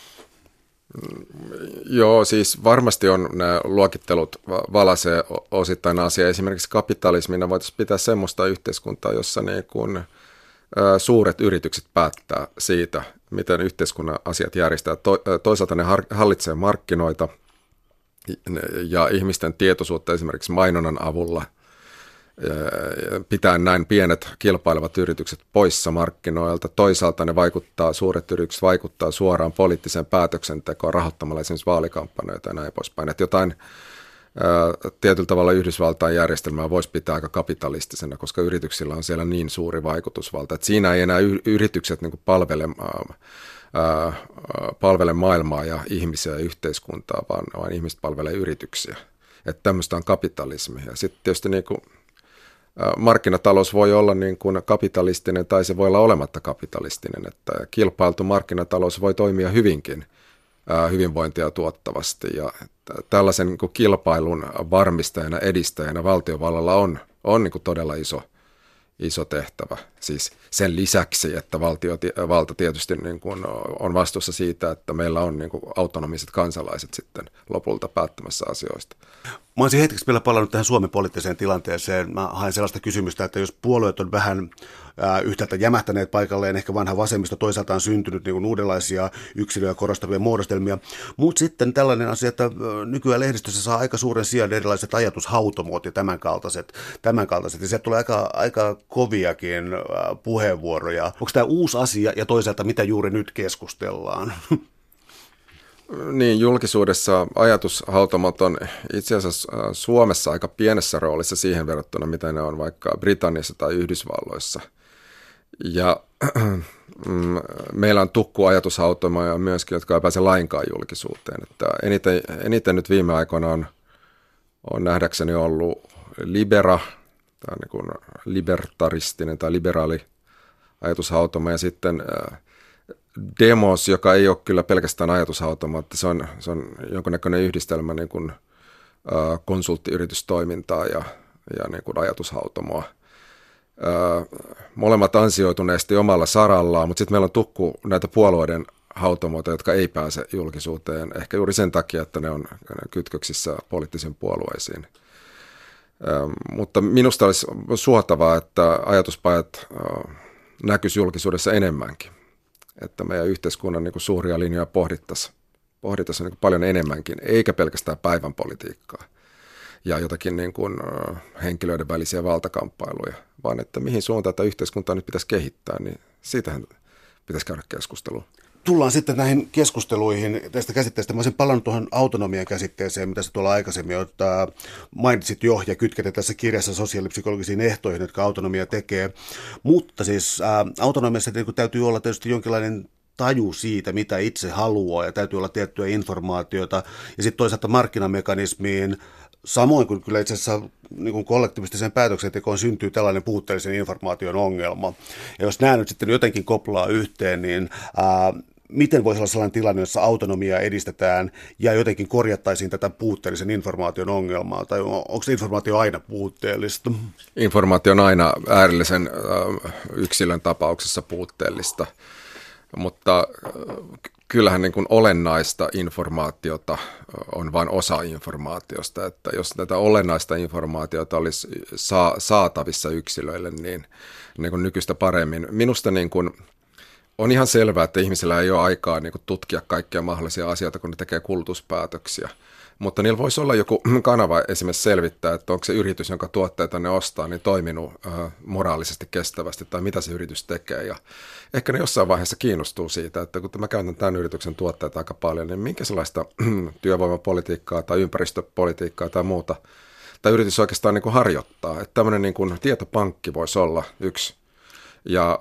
B: Joo, siis varmasti on nämä luokittelut valaisee osittain asia. Esimerkiksi kapitalismina voitaisiin pitää semmoista yhteiskuntaa, jossa niin kuin, ä, suuret yritykset päättää siitä, miten yhteiskunnan asiat järjestää. To, toisaalta ne har, hallitsee markkinoita ja ihmisten tietoisuutta esimerkiksi mainonnan avulla pitää näin pienet kilpailevat yritykset poissa markkinoilta. Toisaalta ne vaikuttaa, suuret yritykset vaikuttaa suoraan poliittiseen päätöksentekoon rahoittamalla esimerkiksi vaalikampanjoita ja näin poispäin. Että jotain ää, tietyllä tavalla Yhdysvaltain järjestelmää voisi pitää aika kapitalistisena, koska yrityksillä on siellä niin suuri vaikutusvalta. Että siinä ei enää y- yritykset niin kuin palvele, ää, palvele maailmaa ja ihmisiä ja yhteiskuntaa, vaan, vaan ihmiset palvelee yrityksiä. Että tämmöistä on kapitalismi. Ja sitten tietysti niin kuin markkinatalous voi olla niin kuin kapitalistinen tai se voi olla olematta kapitalistinen, että kilpailtu markkinatalous voi toimia hyvinkin hyvinvointia tuottavasti ja tällaisen niin kuin kilpailun varmistajana, edistäjänä valtiovallalla on, on niin kuin todella iso, iso tehtävä. Siis sen lisäksi, että valtio, valta tietysti niin kuin on vastuussa siitä, että meillä on niin kuin autonomiset kansalaiset sitten lopulta päättämässä asioista.
A: Mä olisin hetkeksi vielä palannut tähän Suomen poliittiseen tilanteeseen. Mä haen sellaista kysymystä, että jos puolueet on vähän ää, yhtäältä jämähtäneet paikalleen, ehkä vanha vasemmisto, toisaalta on syntynyt niin kuin uudenlaisia yksilöjä korostavia muodostelmia, mutta sitten tällainen asia, että nykyään lehdistössä saa aika suuren sijaan erilaiset ajatushautomot ja tämän kaltaiset, tämän kaltaiset. Ja sieltä tulee aika, aika koviakin ää, puheenvuoroja. Onko tämä uusi asia ja toisaalta mitä juuri nyt keskustellaan?
B: Niin, julkisuudessa ajatushautomot on itse asiassa Suomessa aika pienessä roolissa siihen verrattuna, mitä ne on vaikka Britanniassa tai Yhdysvalloissa. Ja mm, meillä on tukkuajatushautomoja myöskin, jotka ei pääse lainkaan julkisuuteen. Että eniten, eniten nyt viime aikoina on, on nähdäkseni ollut Libera, tai niin kuin libertaristinen tai liberaali ajatushautoma, ja sitten Demos, joka ei ole kyllä pelkästään ajatushautomaatti, se on, se on jonkunnäköinen yhdistelmä niin kuin, ä, konsulttiyritystoimintaa ja, ja niin kuin ajatushautomoa. Ä, molemmat ansioituneesti omalla sarallaan, mutta sitten meillä on tukku näitä puolueiden hautomoita, jotka ei pääse julkisuuteen, ehkä juuri sen takia, että ne on kytköksissä poliittisiin puolueisiin. Mutta minusta olisi suotavaa, että ajatuspajat näkyisi julkisuudessa enemmänkin, että meidän yhteiskunnan niin kuin suuria linjoja pohdittaisiin, pohdittaisiin niin kuin paljon enemmänkin, eikä pelkästään päivän politiikkaa ja jotakin niin kuin henkilöiden välisiä valtakamppailuja, vaan että mihin suuntaan tätä yhteiskuntaa nyt pitäisi kehittää, niin siitähän pitäisi käydä keskustelua.
A: Tullaan sitten näihin keskusteluihin tästä käsitteestä. Mä olisin palannut tuohon autonomian käsitteeseen, mitä sä tuolla aikaisemmin ottaa, mainitsit jo ja kytkete tässä kirjassa sosiaalipsykologisiin ehtoihin, jotka autonomia tekee. Mutta siis ää, autonomiassa täytyy olla tietysti jonkinlainen taju siitä, mitä itse haluaa ja täytyy olla tiettyä informaatiota. Ja sitten toisaalta markkinamekanismiin, samoin kuin kyllä itse asiassa niin kuin kollektiivistiseen päätöksentekoon syntyy tällainen puutteellisen informaation ongelma. Ja jos nämä nyt sitten jotenkin koplaa yhteen, niin ää, miten voisi olla sellainen tilanne, jossa autonomiaa edistetään ja jotenkin korjattaisiin tätä puutteellisen informaation ongelmaa? Tai onko se informaatio aina puutteellista?
B: Informaatio on aina äärellisen äh, yksilön tapauksessa puutteellista, mutta äh, kyllähän niin kuin olennaista informaatiota on vain osa informaatiosta, että jos tätä olennaista informaatiota olisi saa, saatavissa yksilöille, niin, niin kuin nykyistä paremmin. Minusta niin kuin on ihan selvää, että ihmisillä ei ole aikaa niin kuin tutkia kaikkia mahdollisia asioita, kun ne tekee kulutuspäätöksiä. Mutta niillä voisi olla joku kanava esimerkiksi selvittää, että onko se yritys, jonka tuotteita ne ostaa, niin toiminut äh, moraalisesti kestävästi tai mitä se yritys tekee. Ja ehkä ne jossain vaiheessa kiinnostuu siitä, että kun mä käytän tämän yrityksen tuotteita aika paljon, niin minkä sellaista työvoimapolitiikkaa tai ympäristöpolitiikkaa tai muuta tai yritys oikeastaan niin kuin harjoittaa. Että tämmöinen niin kuin tietopankki voisi olla yksi. Ja,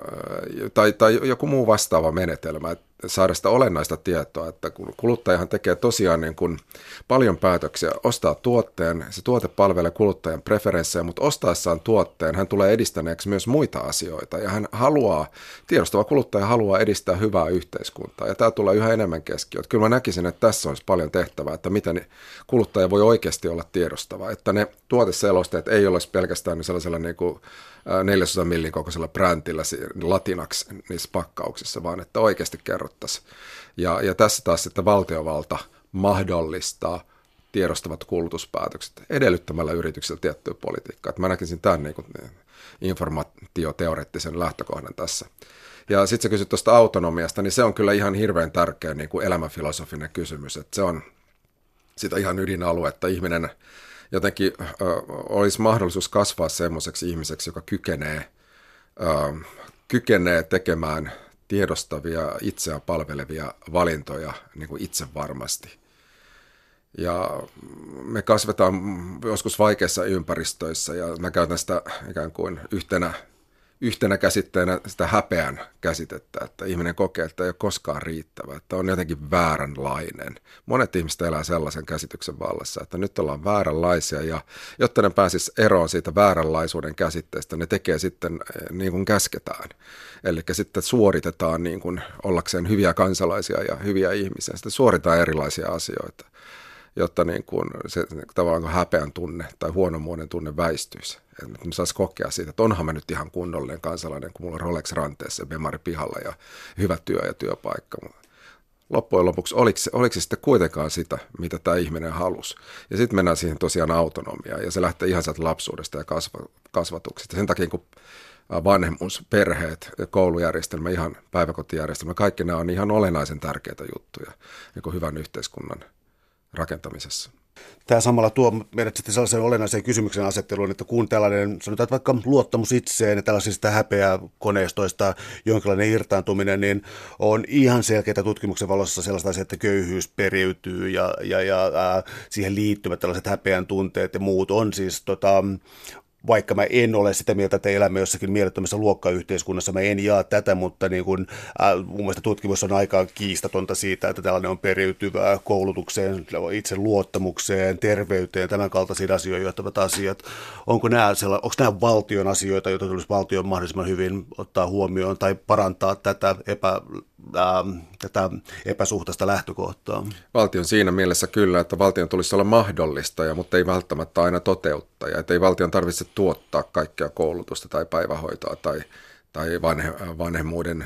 B: tai, tai joku muu vastaava menetelmä, että saada sitä olennaista tietoa, että kun kuluttajahan tekee tosiaan niin kuin paljon päätöksiä, ostaa tuotteen, se tuote palvelee kuluttajan preferenssejä, mutta ostaessaan tuotteen hän tulee edistäneeksi myös muita asioita ja hän haluaa, tiedostava kuluttaja haluaa edistää hyvää yhteiskuntaa ja tämä tulee yhä enemmän keskiöön. Kyllä mä näkisin, että tässä olisi paljon tehtävää, että miten kuluttaja voi oikeasti olla tiedostava, että ne tuoteselosteet ei olisi pelkästään sellaisella niin kuin neljäsosa millin kokoisella brändillä latinaksi niissä pakkauksissa, vaan että oikeasti kerrottaisiin. Ja, ja tässä taas sitten valtiovalta mahdollistaa tiedostavat kulutuspäätökset edellyttämällä yrityksiltä tiettyä politiikkaa. Että mä näkisin tämän niin kuin informaatioteoreettisen lähtökohdan tässä. Ja sitten sä kysyt tuosta autonomiasta, niin se on kyllä ihan hirveän tärkeä niin kuin elämänfilosofinen kysymys. Että se on sitä ihan ydinaluetta. Ihminen jotenkin ö, olisi mahdollisuus kasvaa semmoiseksi ihmiseksi, joka kykenee, ö, kykenee tekemään tiedostavia, itseä palvelevia valintoja niin kuin itse varmasti. Ja me kasvetaan joskus vaikeissa ympäristöissä ja mä käytän sitä ikään kuin yhtenä, yhtenä käsitteenä sitä häpeän käsitettä, että ihminen kokee, että ei ole koskaan riittävä, että on jotenkin vääränlainen. Monet ihmiset elää sellaisen käsityksen vallassa, että nyt ollaan vääränlaisia ja jotta ne pääsis eroon siitä vääränlaisuuden käsitteestä, ne tekee sitten niin kuin käsketään. Eli sitten suoritetaan niin kuin ollakseen hyviä kansalaisia ja hyviä ihmisiä, sitten suoritetaan erilaisia asioita, jotta niin kuin se tavallaan häpeän tunne tai huonomuoden tunne väistyisi. Että me saisi kokea siitä, että onhan mä nyt ihan kunnollinen kansalainen, kun mulla on Rolex ranteessa ja Bemari pihalla ja hyvä työ ja työpaikka. Loppujen lopuksi oliko se, oliko se sitten kuitenkaan sitä, mitä tämä ihminen halusi. Ja sitten mennään siihen tosiaan autonomiaan ja se lähtee ihan sieltä lapsuudesta ja kasva, kasvatuksesta. Sen takia kun vanhemmuus, perheet, koulujärjestelmä, ihan päiväkotijärjestelmä, kaikki nämä on ihan olennaisen tärkeitä juttuja niin hyvän yhteiskunnan rakentamisessa.
A: Tämä samalla tuo meidät sitten sellaisen olennaisen kysymyksen asetteluun, että kun tällainen, sanotaan että vaikka luottamus itseen ja tällaisista häpeäkoneistoista jonkinlainen irtaantuminen, niin on ihan selkeitä tutkimuksen valossa sellaista asiaa, että köyhyys periytyy ja, ja, ja ää, siihen liittyvät tällaiset häpeän tunteet ja muut on siis tota, vaikka mä en ole sitä mieltä, että elämme jossakin mielettömässä luokkayhteiskunnassa, mä en jaa tätä, mutta niin kun, äh, mun mielestä tutkimus on aika kiistatonta siitä, että tällainen on periytyvää koulutukseen, itse luottamukseen, terveyteen, tämän kaltaisiin asioihin johtavat asiat. Onko nämä, onko nämä valtion asioita, joita tulisi valtion mahdollisimman hyvin ottaa huomioon tai parantaa tätä, epä, äh, tätä epäsuhtaista lähtökohtaa?
B: Valtion siinä mielessä kyllä, että valtion tulisi olla mahdollistaja, mutta ei välttämättä aina toteuttaja, että ei valtion tarvitse tuottaa kaikkea koulutusta tai päivähoitoa tai, tai vanhe, vanhemmuuden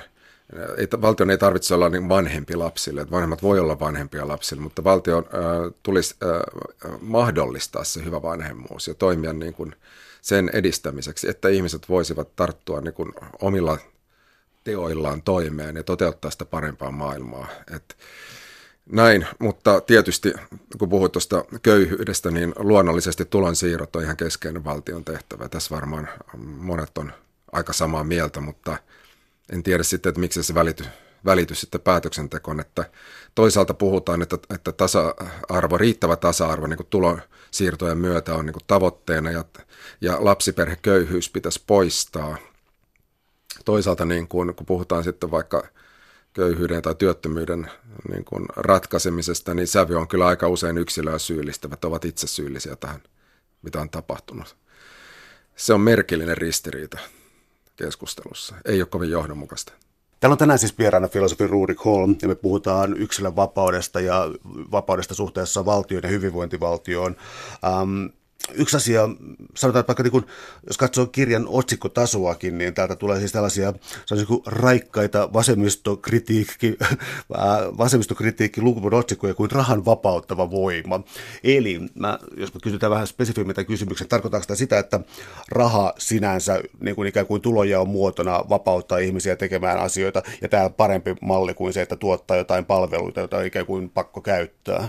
B: ei, valtion ei tarvitse olla niin vanhempi lapsille, että vanhemmat voi olla vanhempia lapsille, mutta valtion äh, tulisi äh, mahdollistaa se hyvä vanhemmuus ja toimia niin kuin sen edistämiseksi, että ihmiset voisivat tarttua niin kuin omilla teoillaan toimeen ja toteuttaa sitä parempaa maailmaa. Et näin, mutta tietysti kun puhuit tuosta köyhyydestä, niin luonnollisesti tulonsiirrot on ihan keskeinen valtion tehtävä. Tässä varmaan monet on aika samaa mieltä, mutta en tiedä sitten, että miksi se välity, välity sitten päätöksentekoon, että toisaalta puhutaan, että, että tasa-arvo, riittävä tasa-arvo niin kuin tulonsiirtojen myötä on niin kuin tavoitteena ja, ja lapsiperheköyhyys pitäisi poistaa. Toisaalta niin kun, kun puhutaan sitten vaikka köyhyyden tai työttömyyden niin kun ratkaisemisesta, niin sävy on kyllä aika usein yksilöä syyllistävät, ovat itse syyllisiä tähän, mitä on tapahtunut. Se on merkillinen ristiriita keskustelussa, ei ole kovin johdonmukaista.
A: Täällä on tänään siis vieraana filosofi Rurik Holm, ja me puhutaan yksilön vapaudesta ja vapaudesta suhteessa valtioon ja hyvinvointivaltioon. Um, Yksi asia, sanotaan, että vaikka niin kun, jos katsoo kirjan otsikkotasoakin, niin täältä tulee siis tällaisia niin raikkaita vasemmistokritiikki, vasemmistokritiikki lukuvuuden otsikkoja kuin rahan vapauttava voima. Eli mä, jos me kysytään vähän spesifimmin tämän kysymyksen, tarkoittaako sitä sitä, että raha sinänsä niin kuin ikään kuin tulonjaon muotona vapauttaa ihmisiä tekemään asioita, ja tämä on parempi malli kuin se, että tuottaa jotain palveluita, joita on ikään kuin pakko käyttää?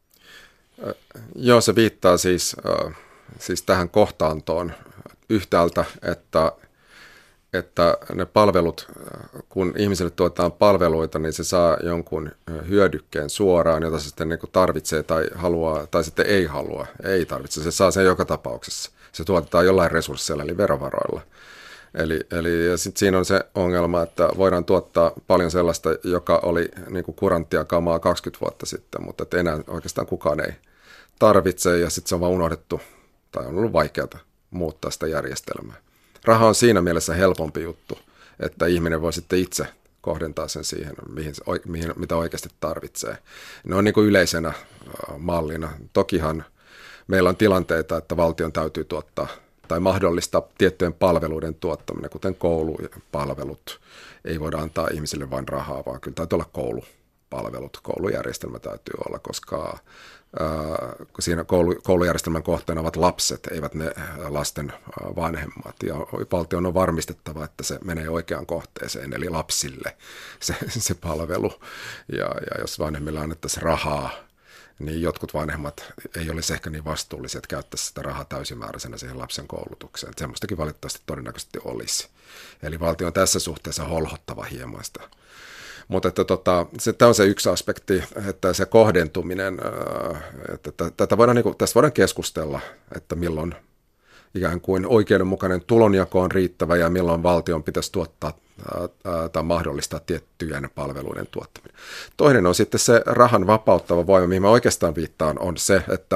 B: Joo, se viittaa siis, äh, siis tähän kohtaantoon yhtäältä, että, että ne palvelut, kun ihmiselle tuotetaan palveluita, niin se saa jonkun hyödykkeen suoraan, jota se sitten niin kuin tarvitsee tai haluaa, tai sitten ei halua, ei tarvitse. Se saa sen joka tapauksessa. Se tuotetaan jollain resursseilla, eli verovaroilla. Eli, eli ja sit siinä on se ongelma, että voidaan tuottaa paljon sellaista, joka oli niin kuin kuranttia kamaa kaksikymmentä vuotta sitten, mutta että enää oikeastaan kukaan ei tarvitse, ja sitten se on vaan unohdettu, tai on ollut vaikeaa muuttaa sitä järjestelmää. Raha on siinä mielessä helpompi juttu, että ihminen voi sitten itse kohdentaa sen siihen, mihin, mihin, mitä oikeasti tarvitsee. Ne on niin kuin yleisenä mallina. Tokihan meillä on tilanteita, että valtion täytyy tuottaa tai mahdollistaa tiettyjen palveluiden tuottaminen, kuten koulupalvelut. Ei voida antaa ihmisille vain rahaa, vaan kyllä täytyy olla koulupalvelut. Koulujärjestelmä täytyy olla, koska ää, siinä koulu, koulujärjestelmän kohteena ovat lapset, eivät ne lasten vanhemmat. Ja valtion on varmistettava, että se menee oikeaan kohteeseen, eli lapsille se, se palvelu. Ja, ja jos vanhemmilla annettaisiin rahaa, niin jotkut vanhemmat ei olisi ehkä niin vastuullisia, että käyttäisi sitä rahaa täysimääräisenä siihen lapsen koulutukseen. Semmoistakin valitettavasti todennäköisesti olisi. Eli valtio on tässä suhteessa holhottava hieman sitä. Mutta että tota, se, tämä on se yksi aspekti, että se kohdentuminen, että tätä voidaan, niin kuin, tästä voidaan keskustella, että milloin ikään kuin oikeudenmukainen tulonjako on riittävä ja milloin valtion pitäisi tuottaa tai mahdollistaa tiettyjen palveluiden tuottaminen. Toinen on sitten se rahan vapauttava voima, mihin mä oikeastaan viittaan, on se, että,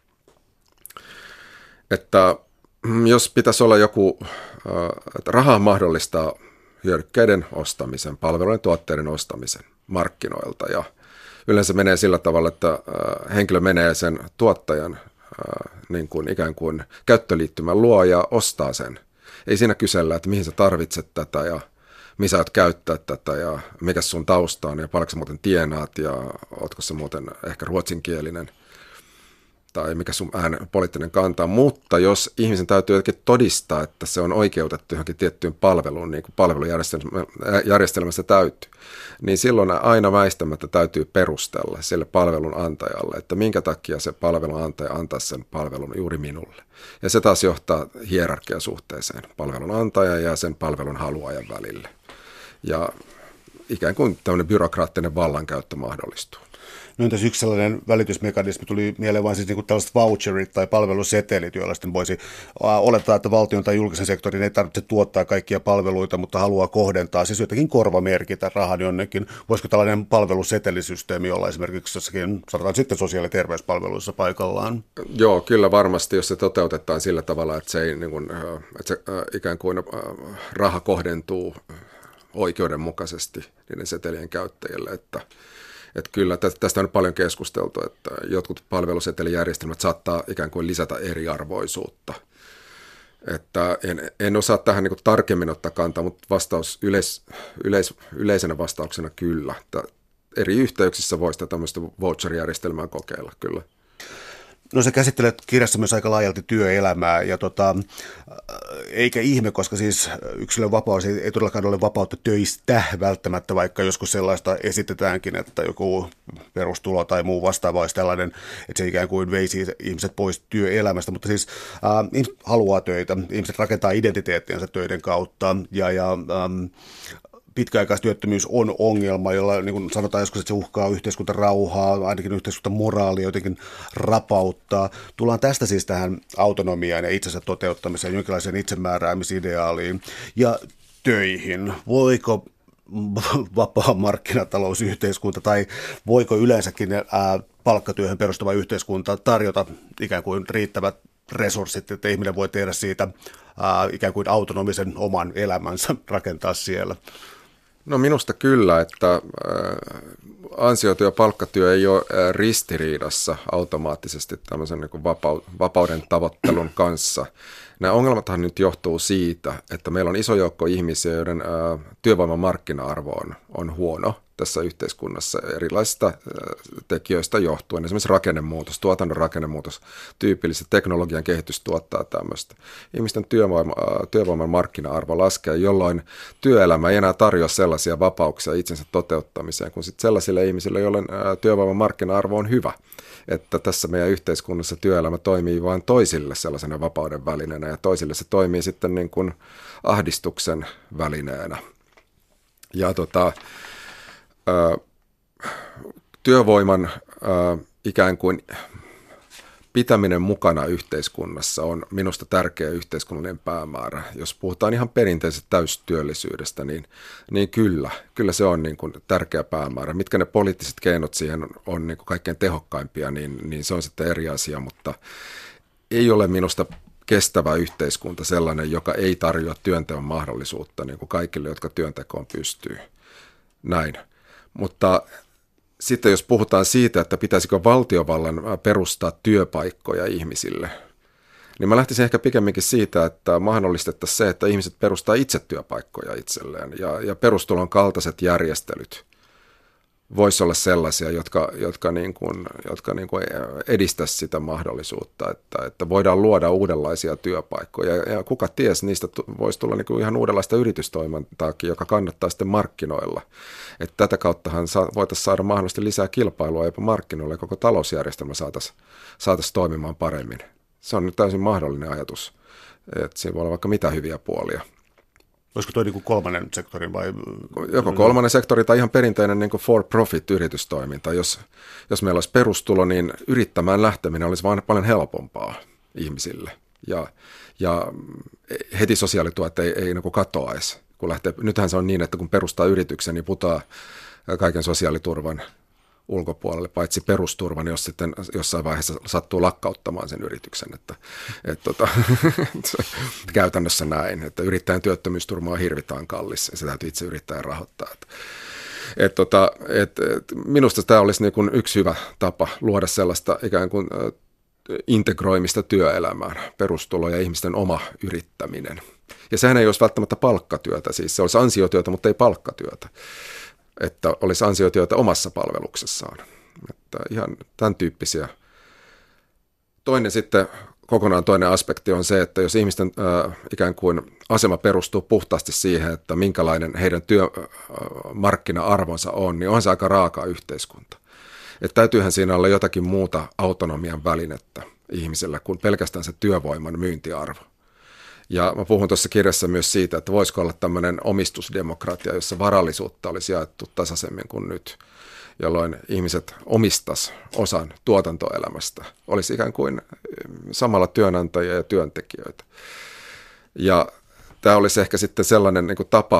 B: että jos pitäisi olla joku, että raha mahdollistaa hyödykkeiden ostamisen, palveluiden tuotteiden ostamisen markkinoilta, ja yleensä menee sillä tavalla, että henkilö menee sen tuottajan niin kuin ikään kuin käyttöliittymän luo ja ostaa sen. Ei siinä kysellä, että mihin sä tarvitset tätä ja mihin sä oot käyttää tätä ja mikä sun tausta on ja paljonko sä muuten tienaat ja ootko sä muuten ehkä ruotsinkielinen tai mikä sun äänen poliittinen kanta on. Mutta jos ihmisen täytyy jotenkin todistaa, että se on oikeutettu johonkin tiettyyn palveluun, niin kuin palvelujärjestelmässä täytyy, niin silloin aina väistämättä täytyy perustella sille palvelun antajalle, että minkä takia se palvelun antaja antaa sen palvelun juuri minulle. Ja se taas johtaa hierarkiasuhteeseen palvelun antajan ja sen palvelun haluajan välille. Ja ikään kuin tämmöinen byrokraattinen vallankäyttö mahdollistuu.
A: No entäs yksi sellainen välitysmekanismi tuli mieleen vain siis niin kuin tällaiset voucherit tai palvelusetelit, joilla sitten voisi olettaa, että valtion tai julkisen sektorin ei tarvitse tuottaa kaikkia palveluita, mutta haluaa kohdentaa, siis jotenkin korvamerkitä rahan jonnekin. Voisiko tällainen palvelusetelisysteemi olla esimerkiksi jossakin, sanotaan sitten sosiaali- ja terveyspalveluissa paikallaan?
B: Joo, kyllä varmasti, jos se toteutetaan sillä tavalla, että se, ei, niin kuin, että se ikään kuin raha kohdentuu oikeudenmukaisesti niiden setelien käyttäjille, että Että kyllä, tästä on paljon keskusteltu, että jotkut palvelusetelijärjestelmät saattaa ikään kuin lisätä eriarvoisuutta. Että en, en osaa tähän niin kuin tarkemmin ottaa kantaa, mutta vastaus yleis, yleis, yleisenä vastauksena kyllä. Että eri yhteyksissä voi sitä tämmöistä voucher-järjestelmää kokeilla kyllä.
A: No se käsittelee kirjassa myös aika laajalti työelämää, ja tota, eikä ihme, koska siis yksilön vapaus ei, ei todellakaan ole vapautta töistä välttämättä, vaikka joskus sellaista esitetäänkin, että joku perustulo tai muu vastaava olisi tällainen, että se ikään kuin veisi ihmiset pois työelämästä, mutta siis äh, ihmiset haluaa töitä, ihmiset rakentaa identiteettiänsä töiden kautta, ja, ja ähm, pitkäaikaistyöttömyys on ongelma, jolla niin kuin sanotaan joskus, että se uhkaa yhteiskuntarauhaa, ainakin yhteiskuntamoraalia jotenkin rapauttaa. Tullaan tästä siis tähän autonomiaan ja itsensä toteuttamiseen, jonkinlaiseen itsemääräämisideaaliin ja töihin. Voiko vapaa markkinatalousyhteiskunta tai voiko yleensäkin ää, palkkatyöhön perustuva yhteiskunta tarjota ikään kuin riittävät resurssit, että ihminen voi tehdä siitä ää, ikään kuin autonomisen oman elämänsä, rakentaa siellä?
B: No minusta kyllä, että ansiotyö ja palkkatyö ei ole ristiriidassa automaattisesti tämmöisen niin kuin vapauden tavoittelun kanssa. Nämä ongelmathan nyt johtuu siitä, että meillä on iso joukko ihmisiä, joiden työvoiman markkina-arvo on, on huono tässä yhteiskunnassa erilaisista tekijöistä johtuen. Esimerkiksi rakennemuutos, tuotannon rakennemuutos, tyypillisesti teknologian kehitys tuottaa tämmöistä. Ihmisten työvoima, työvoiman markkina-arvo laskee, jolloin työelämä ei enää tarjoa sellaisia vapauksia itsensä toteuttamiseen kuin sitten sellaisille ihmisille, joiden työvoiman markkina-arvo on hyvä. Että tässä meidän yhteiskunnassa työelämä toimii vain toisille sellaisena vapauden välineenä ja toisille se toimii sitten niin kuin ahdistuksen välineenä. Ja tota, ä, työvoiman ä, ikään kuin pitäminen mukana yhteiskunnassa on minusta tärkeä yhteiskunnallinen päämäärä. Jos puhutaan ihan perinteisestä täystyöllisyydestä, niin, niin kyllä, kyllä se on niin kuin tärkeä päämäärä. Mitkä ne poliittiset keinot siihen on, on niin kuin kaikkein tehokkaimpia, niin, niin se on sitten eri asia, mutta ei ole minusta kestävä yhteiskunta sellainen, joka ei tarjoa työnteon mahdollisuutta niin kuin kaikille, jotka työntekoon pystyy. Näin, mutta sitten jos puhutaan siitä, että pitäisikö valtiovallan perustaa työpaikkoja ihmisille, niin mä lähtisin ehkä pikemminkin siitä, että mahdollistettaisiin se, että ihmiset perustaa itse työpaikkoja itselleen. Ja, ja perustulon kaltaiset järjestelyt voisi olla sellaisia, jotka, jotka, niin kuin, jotka niin kuin edistäisi sitä mahdollisuutta, että, että voidaan luoda uudenlaisia työpaikkoja. Ja kuka ties, niistä voisi tulla niin kuin ihan uudenlaista yritystoimintaakin, joka kannattaa sitten markkinoilla. Että tätä kauttahan voitaisiin saada mahdollisesti lisää kilpailua jopa markkinoilla ja koko talousjärjestelmä saataisiin saataisi toimimaan paremmin. Se on nyt täysin mahdollinen ajatus, että siinä voi olla vaikka mitä hyviä puolia.
A: Olisiko tuo niin kuin kolmannen sektorin vai?
B: Joko kolmannen sektori tai ihan perinteinen niin kuin for-profit-yritystoiminta. Jos, jos meillä olisi perustulo, niin yrittämään lähteminen olisi vaan paljon helpompaa ihmisille. Ja, ja heti sosiaalituet ei, ei niin kuin katoaisi. Kun lähtee, nythän se on niin, että kun perustaa yrityksen, niin putaa kaiken sosiaaliturvan ulkopuolelle, paitsi perusturvan, jos sitten jossain vaiheessa sattuu lakkauttamaan sen yrityksen. Että, et, tota, käytännössä näin, että yrittäjän työttömyysturma on hirvittävän kallis ja se täytyy itse yrittäjän rahoittaa. Et, et, tota, et, et, minusta tämä olisi niin kuin yksi hyvä tapa luoda sellaista ikään kuin integroimista työelämään, perustulo ja ihmisten oma yrittäminen. Ja sehän ei olisi välttämättä palkkatyötä, siis se olisi ansiotyötä, mutta ei palkkatyötä. Että olisi ansiotyötä omassa palveluksessaan. Että ihan tämän tyyppisiä. Toinen sitten, kokonaan toinen aspekti on se, että jos ihmisten äh, ikään kuin asema perustuu puhtaasti siihen, että minkälainen heidän työmarkkina-arvonsa on, niin on se aika raaka yhteiskunta. Että täytyyhän siinä olla jotakin muuta autonomian välinettä ihmisellä kuin pelkästään se työvoiman myyntiarvo. Ja mä puhun tuossa kirjassa myös siitä, että voisiko olla tämmöinen omistusdemokratia, jossa varallisuutta olisi jaettu tasaisemmin kuin nyt, jolloin ihmiset omistas osan tuotantoelämästä. Olisi ikään kuin samalla työnantajia ja työntekijöitä. Ja tämä olisi ehkä sitten sellainen niin kuin tapa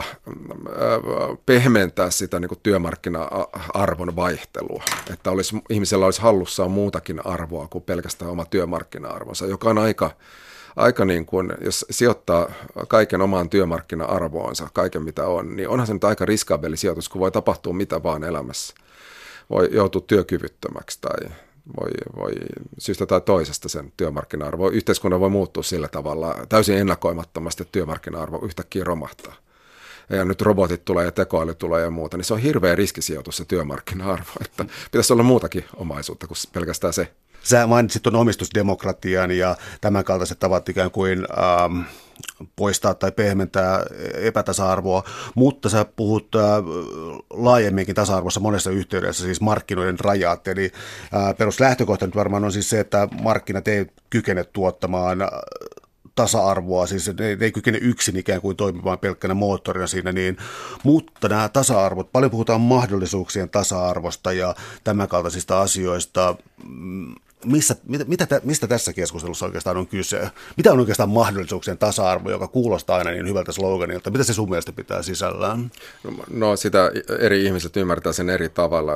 B: pehmentää sitä niin kuin työmarkkina-arvon vaihtelua, että olisi, ihmisellä olisi hallussaan muutakin arvoa kuin pelkästään oma työmarkkina-arvonsa, joka on aika... Aika niin kuin, jos sijoittaa kaiken omaan työmarkkina-arvoonsa, kaiken mitä on, niin onhan se nyt aika riskaabeli sijoitus, kun voi tapahtua mitä vaan elämässä. Voi joutua työkyvyttömäksi tai, voi, voi syystä tai toisesta sen työmarkkina-arvo. Yhteiskunnan voi muuttua sillä tavalla täysin ennakoimattomasti, että työmarkkina-arvo yhtäkkiä romahtaa. Ja nyt robotit tulee ja tekoäly tulee ja muuta, niin se on hirveä riskisijoitus se työmarkkina-arvo, että pitäisi olla muutakin omaisuutta kuin pelkästään se.
A: Sä mainitsit tuon omistusdemokratian ja tämän kaltaiset tavat ikään kuin ähm, poistaa tai pehmentää epätasa-arvoa, mutta sä puhut äh, laajemminkin tasa-arvossa monessa yhteydessä, siis markkinoiden rajat, eli äh, peruslähtökohta nyt varmaan on siis se, että markkinat ei kykene tuottamaan äh, tasa-arvoa, siis ne, ne ei kykene yksin ikään kuin toimimaan pelkkänä moottorina siinä, niin, mutta nämä tasa-arvot, paljon puhutaan mahdollisuuksien tasa-arvosta ja tämän kaltaisista asioista. Missä, mitä, mitä, mistä tässä keskustelussa oikeastaan on kyse? Mitä on oikeastaan mahdollisuuksien tasa-arvo, joka kuulostaa aina niin hyvältä sloganilta? Mitä se sun mielestä pitää sisällään?
B: No sitä eri ihmiset ymmärtää sen eri tavalla.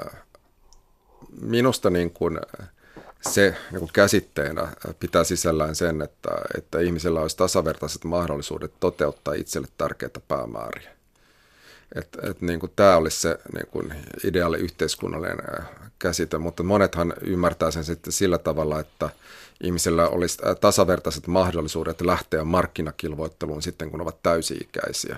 B: Minusta niin kuin se niin kuin käsitteenä pitää sisällään sen, että, että ihmisellä olisi tasavertaiset mahdollisuudet toteuttaa itselle tärkeitä päämääriä. Että et, niin kuin tämä olisi se niin kuin ideaali yhteiskunnallinen käsite, mutta monethan ymmärtää sen sitten sillä tavalla, että ihmisellä olisi tasavertaiset mahdollisuudet lähteä markkinakilvoitteluun sitten, kun ovat täysi-ikäisiä.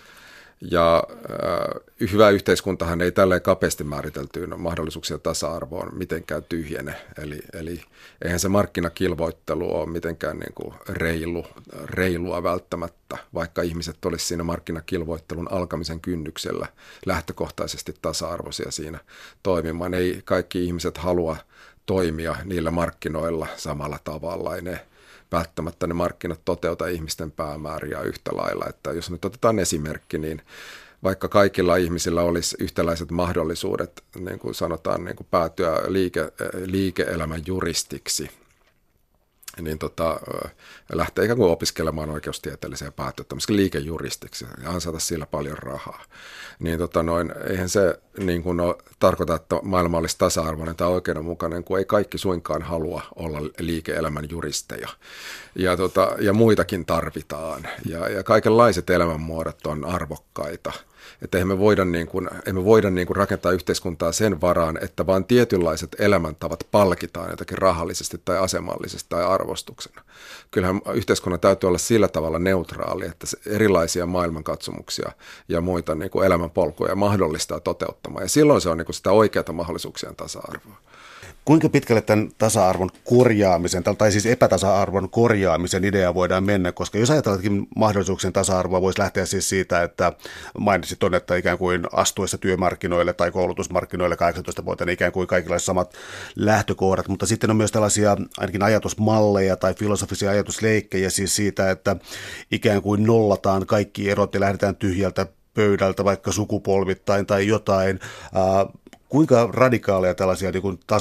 B: Ja äh, hyvä yhteiskuntahan ei tälleen kapeasti määriteltyyn mahdollisuuksia tasa-arvoon mitenkään tyhjene. Eli, eli eihän se markkinakilvoittelu ole mitenkään niin kuin reilu, reilua välttämättä, vaikka ihmiset olisi siinä markkinakilvoittelun alkamisen kynnyksellä lähtökohtaisesti tasa-arvoisia siinä toimimaan. Ei kaikki ihmiset halua toimia niillä markkinoilla samalla tavalla, ei ne välttämättä ne markkinat toteuta ihmisten päämääriä yhtä lailla. Että jos nyt otetaan esimerkki, niin vaikka kaikilla ihmisillä olisi yhtäläiset mahdollisuudet, niin kuin sanotaan, niin kuin päätyä liike, liike-elämän juristiksi, niin tota, lähtee ikään kuin opiskelemaan oikeustieteellisiä ja päätyä tämmöisen liikejuristiksi ja ansaita sillä paljon rahaa. Niin tota noin, eihän se niin kuin no, tarkoita, että maailma olisi tasa-arvoinen tai oikeudenmukainen, kun ei kaikki suinkaan halua olla liike-elämän juristeja. Ja, tota, ja muitakin tarvitaan. Ja, ja kaikenlaiset elämänmuodot on arvokkaita. Että emme voida, niin kuin, emme voida niin kuin rakentaa yhteiskuntaa sen varaan, että vain tietynlaiset elämäntavat palkitaan jotakin rahallisesti tai asemallisesti tai arvostuksena. Kyllähän yhteiskunnan täytyy olla sillä tavalla neutraali, että erilaisia maailmankatsomuksia ja muita niin kuin elämänpolkuja mahdollistaa toteuttamaan. Ja silloin se on niin kuin sitä oikeata mahdollisuuksien tasa-arvoa.
A: Kuinka pitkälle tämän tasa-arvon korjaamisen, tai siis epätasa-arvon korjaamisen idea voidaan mennä, koska jos ajatellaankin mahdollisuuksien tasa-arvoa, voisi lähteä siis siitä, että mainitsit on, että ikään kuin astuessa työmarkkinoille tai koulutusmarkkinoille kahdeksantoistavuotiaana ikään kuin kaikilla olisi samat lähtökohdat, mutta sitten on myös tällaisia ainakin ajatusmalleja tai filosofisia ajatusleikkejä siis siitä, että ikään kuin nollataan kaikki erot ja lähdetään tyhjältä pöydältä vaikka sukupolvittain tai jotain. Kuinka radikaaleja tällaisia niin kuin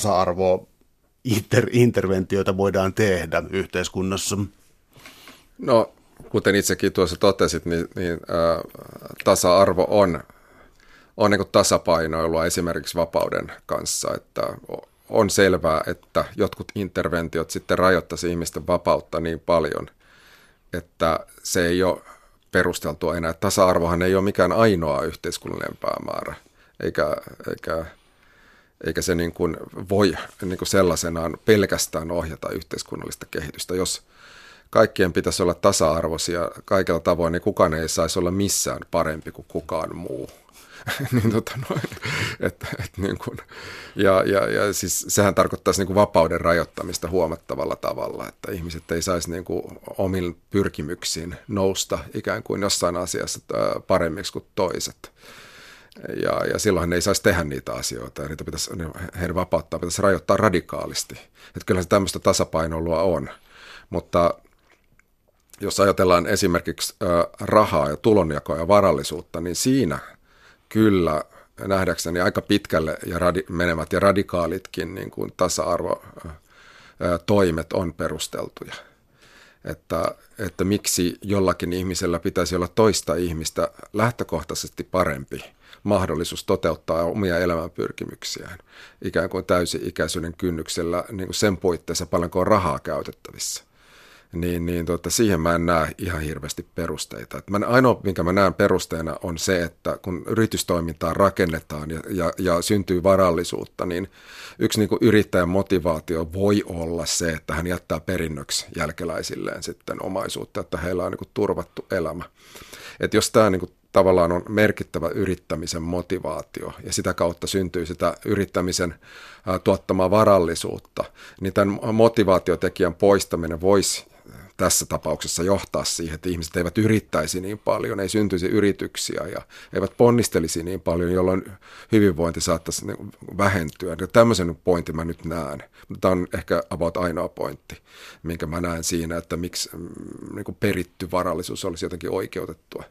A: tasa-arvo-interventioita voidaan tehdä yhteiskunnassa?
B: No, kuten itsekin tuossa totesit, niin, niin ää, tasa-arvo on, on niin kuin tasapainoilua esimerkiksi vapauden kanssa. Että on selvää, että jotkut interventiot sitten rajoittaisi ihmisten vapautta niin paljon, että se ei ole perusteltua enää. Tasa-arvohan ei ole mikään ainoa yhteiskunnallinen päämäärä, eikä... eikä eikä se niin kuin voi niin kuin sellaisenaan pelkästään ohjata yhteiskunnallista kehitystä. Jos kaikkien pitäisi olla tasa-arvoisia kaikilla tavoin, niin kukaan ei saisi olla missään parempi kuin kukaan muu. niin, tota noin, et, et niin kuin, ja, ja, ja siis sehän tarkoittaisi niin kuin vapauden rajoittamista huomattavalla tavalla, että ihmiset ei saisi niin kuin omin pyrkimyksiin nousta ikään kuin jossain asiassa paremmiksi kuin toiset. Ja, ja silloin ne ei saisi tehdä niitä asioita, ja niitä pitäisi, heidän vapauttaa pitäisi rajoittaa radikaalisti. Että kyllähän se tämmöistä tasapainoilua on. Mutta jos ajatellaan esimerkiksi rahaa ja tulonjakoa ja varallisuutta, niin siinä kyllä nähdäkseni aika pitkälle ja radi, menevät ja radikaalitkin niin kuin tasa-arvotoimet on perusteltuja. Että, että miksi jollakin ihmisellä pitäisi olla toista ihmistä lähtökohtaisesti parempi mahdollisuus toteuttaa omia elämänpyrkimyksiään ikään kuin täysi-ikäisyyden kynnyksellä niin kuin sen puitteissa paljonko on rahaa käytettävissä. niin, niin tota, siihen mä en näe ihan hirveästi perusteita. Et mä, ainoa, minkä mä näen perusteena, on se, että kun yritystoimintaa rakennetaan ja, ja, ja syntyy varallisuutta, niin yksi niin kuin yrittäjän motivaatio voi olla se, että hän jättää perinnöksi jälkeläisilleen sitten omaisuutta, että heillä on niin kuin turvattu elämä. Et jos tämä niin kuin tavallaan on merkittävä yrittämisen motivaatio ja sitä kautta syntyy sitä yrittämisen ää, tuottamaa varallisuutta, niin tämän motivaatiotekijän poistaminen voisi tässä tapauksessa johtaa siihen, että ihmiset eivät yrittäisi niin paljon, ei syntyisi yrityksiä ja eivät ponnistelisi niin paljon, jolloin hyvinvointi saattaisi vähentyä. Ja tämmöisen pointin mä nyt näen. Tämä on ehkä about ainoa pointti, minkä mä näen siinä, että miksi niin kuin peritty varallisuus olisi jotenkin oikeutettua.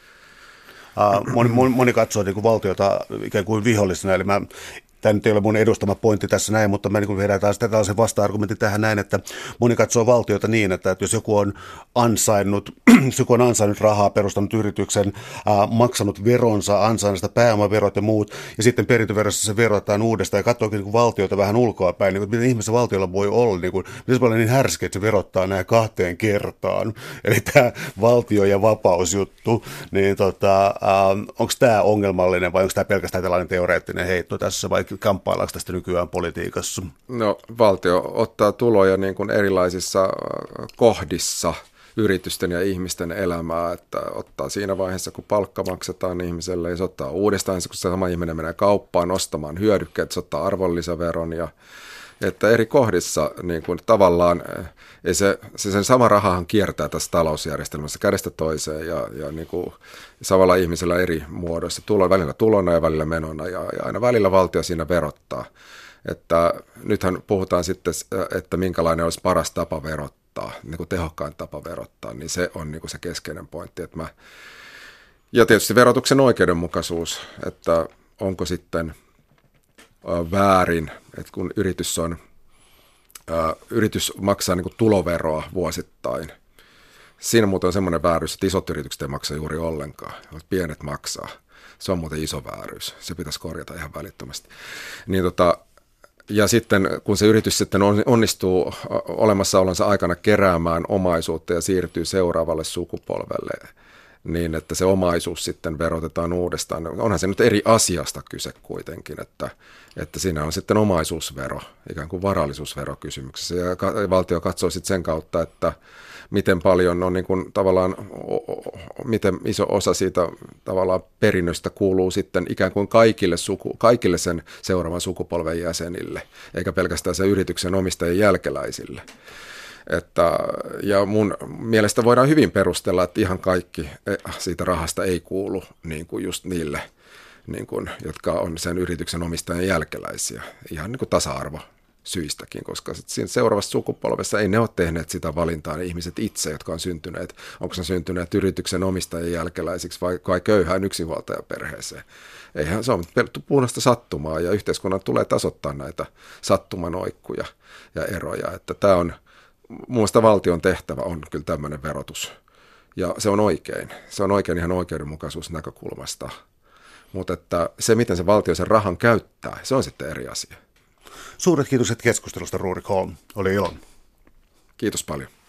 A: Uh, moni, moni, moni katsoo niin kuin valtiota ikään kuin vihollisena, eli mä, tämä nyt ei ole mun edustama pointti tässä näin, mutta mä niin vedän taas tällaisen vasta-argumentin tähän näin, että moni katsoo valtiota niin, että, että jos joku on ansainnut, jos joku on ansainnut rahaa, perustanut yrityksen, uh, maksanut veronsa, ansainnut sitä pääomaverot ja muut, ja sitten perintöverossa se verotetaan uudestaan ja katsoo niin kuin valtiota vähän ulkoa päin, niin miten ihmeessä valtiolla voi olla, niin kuin, miten se voi olla niin härski, että se verottaa nämä kahteen kertaan. Eli tämä valtio- ja vapausjuttu, niin tota, uh, onko tämä ongelmallinen vai onko tämä pelkästään tällainen teoreettinen heitto tässä vai kamppaillaanko tästä nykyään politiikassa?
B: No, valtio ottaa tuloja niin kuin erilaisissa kohdissa yritysten ja ihmisten elämää, että ottaa siinä vaiheessa, kun palkka maksetaan ihmiselle, ja se ottaa uudestaan, kun se sama ihminen menee kauppaan ostamaan hyödykkeet, se ottaa arvonlisäveron, ja että eri kohdissa niin kuin tavallaan ei se, se sen sama rahahan kiertää tässä talousjärjestelmässä kädestä toiseen ja, ja niin kuin samalla ihmisellä eri muodoissa, tulo, välillä tulona ja välillä menona ja, ja aina välillä valtio siinä verottaa. Että nythän puhutaan sitten, että minkälainen olisi paras tapa verottaa, niin kuin tehokkain tapa verottaa, niin se on niin kuin se keskeinen pointti. Että mä, ja tietysti verotuksen oikeudenmukaisuus, että onko sitten väärin, että kun yritys, on, ää, yritys maksaa niin kuin tuloveroa vuosittain, siinä muuten on semmoinen vääryys, että isot yritykset ei maksa juuri ollenkaan, mutta pienet maksaa. Se on muuten iso vääryys, se pitäisi korjata ihan välittömästi. Niin tota, ja sitten kun se yritys sitten onnistuu olemassaolonsa aikana keräämään omaisuutta ja siirtyy seuraavalle sukupolvelle, niin että se omaisuus sitten verotetaan uudestaan. Onhan se nyt eri asiasta kyse kuitenkin, että, että siinä on sitten omaisuusvero, ikään kuin varallisuusvero kysymyksessä. Ja valtio katsoo sitten sen kautta, että miten paljon on niin kuin tavallaan, miten iso osa siitä tavallaan perinnöstä kuuluu sitten ikään kuin kaikille, suku, kaikille sen seuraavan sukupolven jäsenille, eikä pelkästään sen yrityksen omistajien jälkeläisille. Että, ja mun mielestä voidaan hyvin perustella, että ihan kaikki siitä rahasta ei kuulu niin kuin just niille, niin kuin, jotka on sen yrityksen omistajien jälkeläisiä, ihan niin kuin tasa-arvo syistäkin, koska siinä seuraavassa sukupolvessa ei ne ole tehneet sitä valintaa, ne ihmiset itse, jotka on syntyneet, onko ne syntyneet yrityksen omistajien jälkeläisiksi vai, vai köyhään yksinhuoltajaperheeseen. Eihän se ole puhdasta sattumaa ja yhteiskunnan tulee tasoittaa näitä sattumanoikkuja ja eroja, että tämä on mun mielestä valtion tehtävä on kyllä tämmöinen verotus, ja se on oikein. Se on oikein ihan oikeudenmukaisuusnäkökulmasta, mutta että se, miten se valtio sen rahan käyttää, se on sitten eri asia.
A: Suuret kiitokset keskustelusta, Rurik Holm. Oli ilo.
B: Kiitos paljon.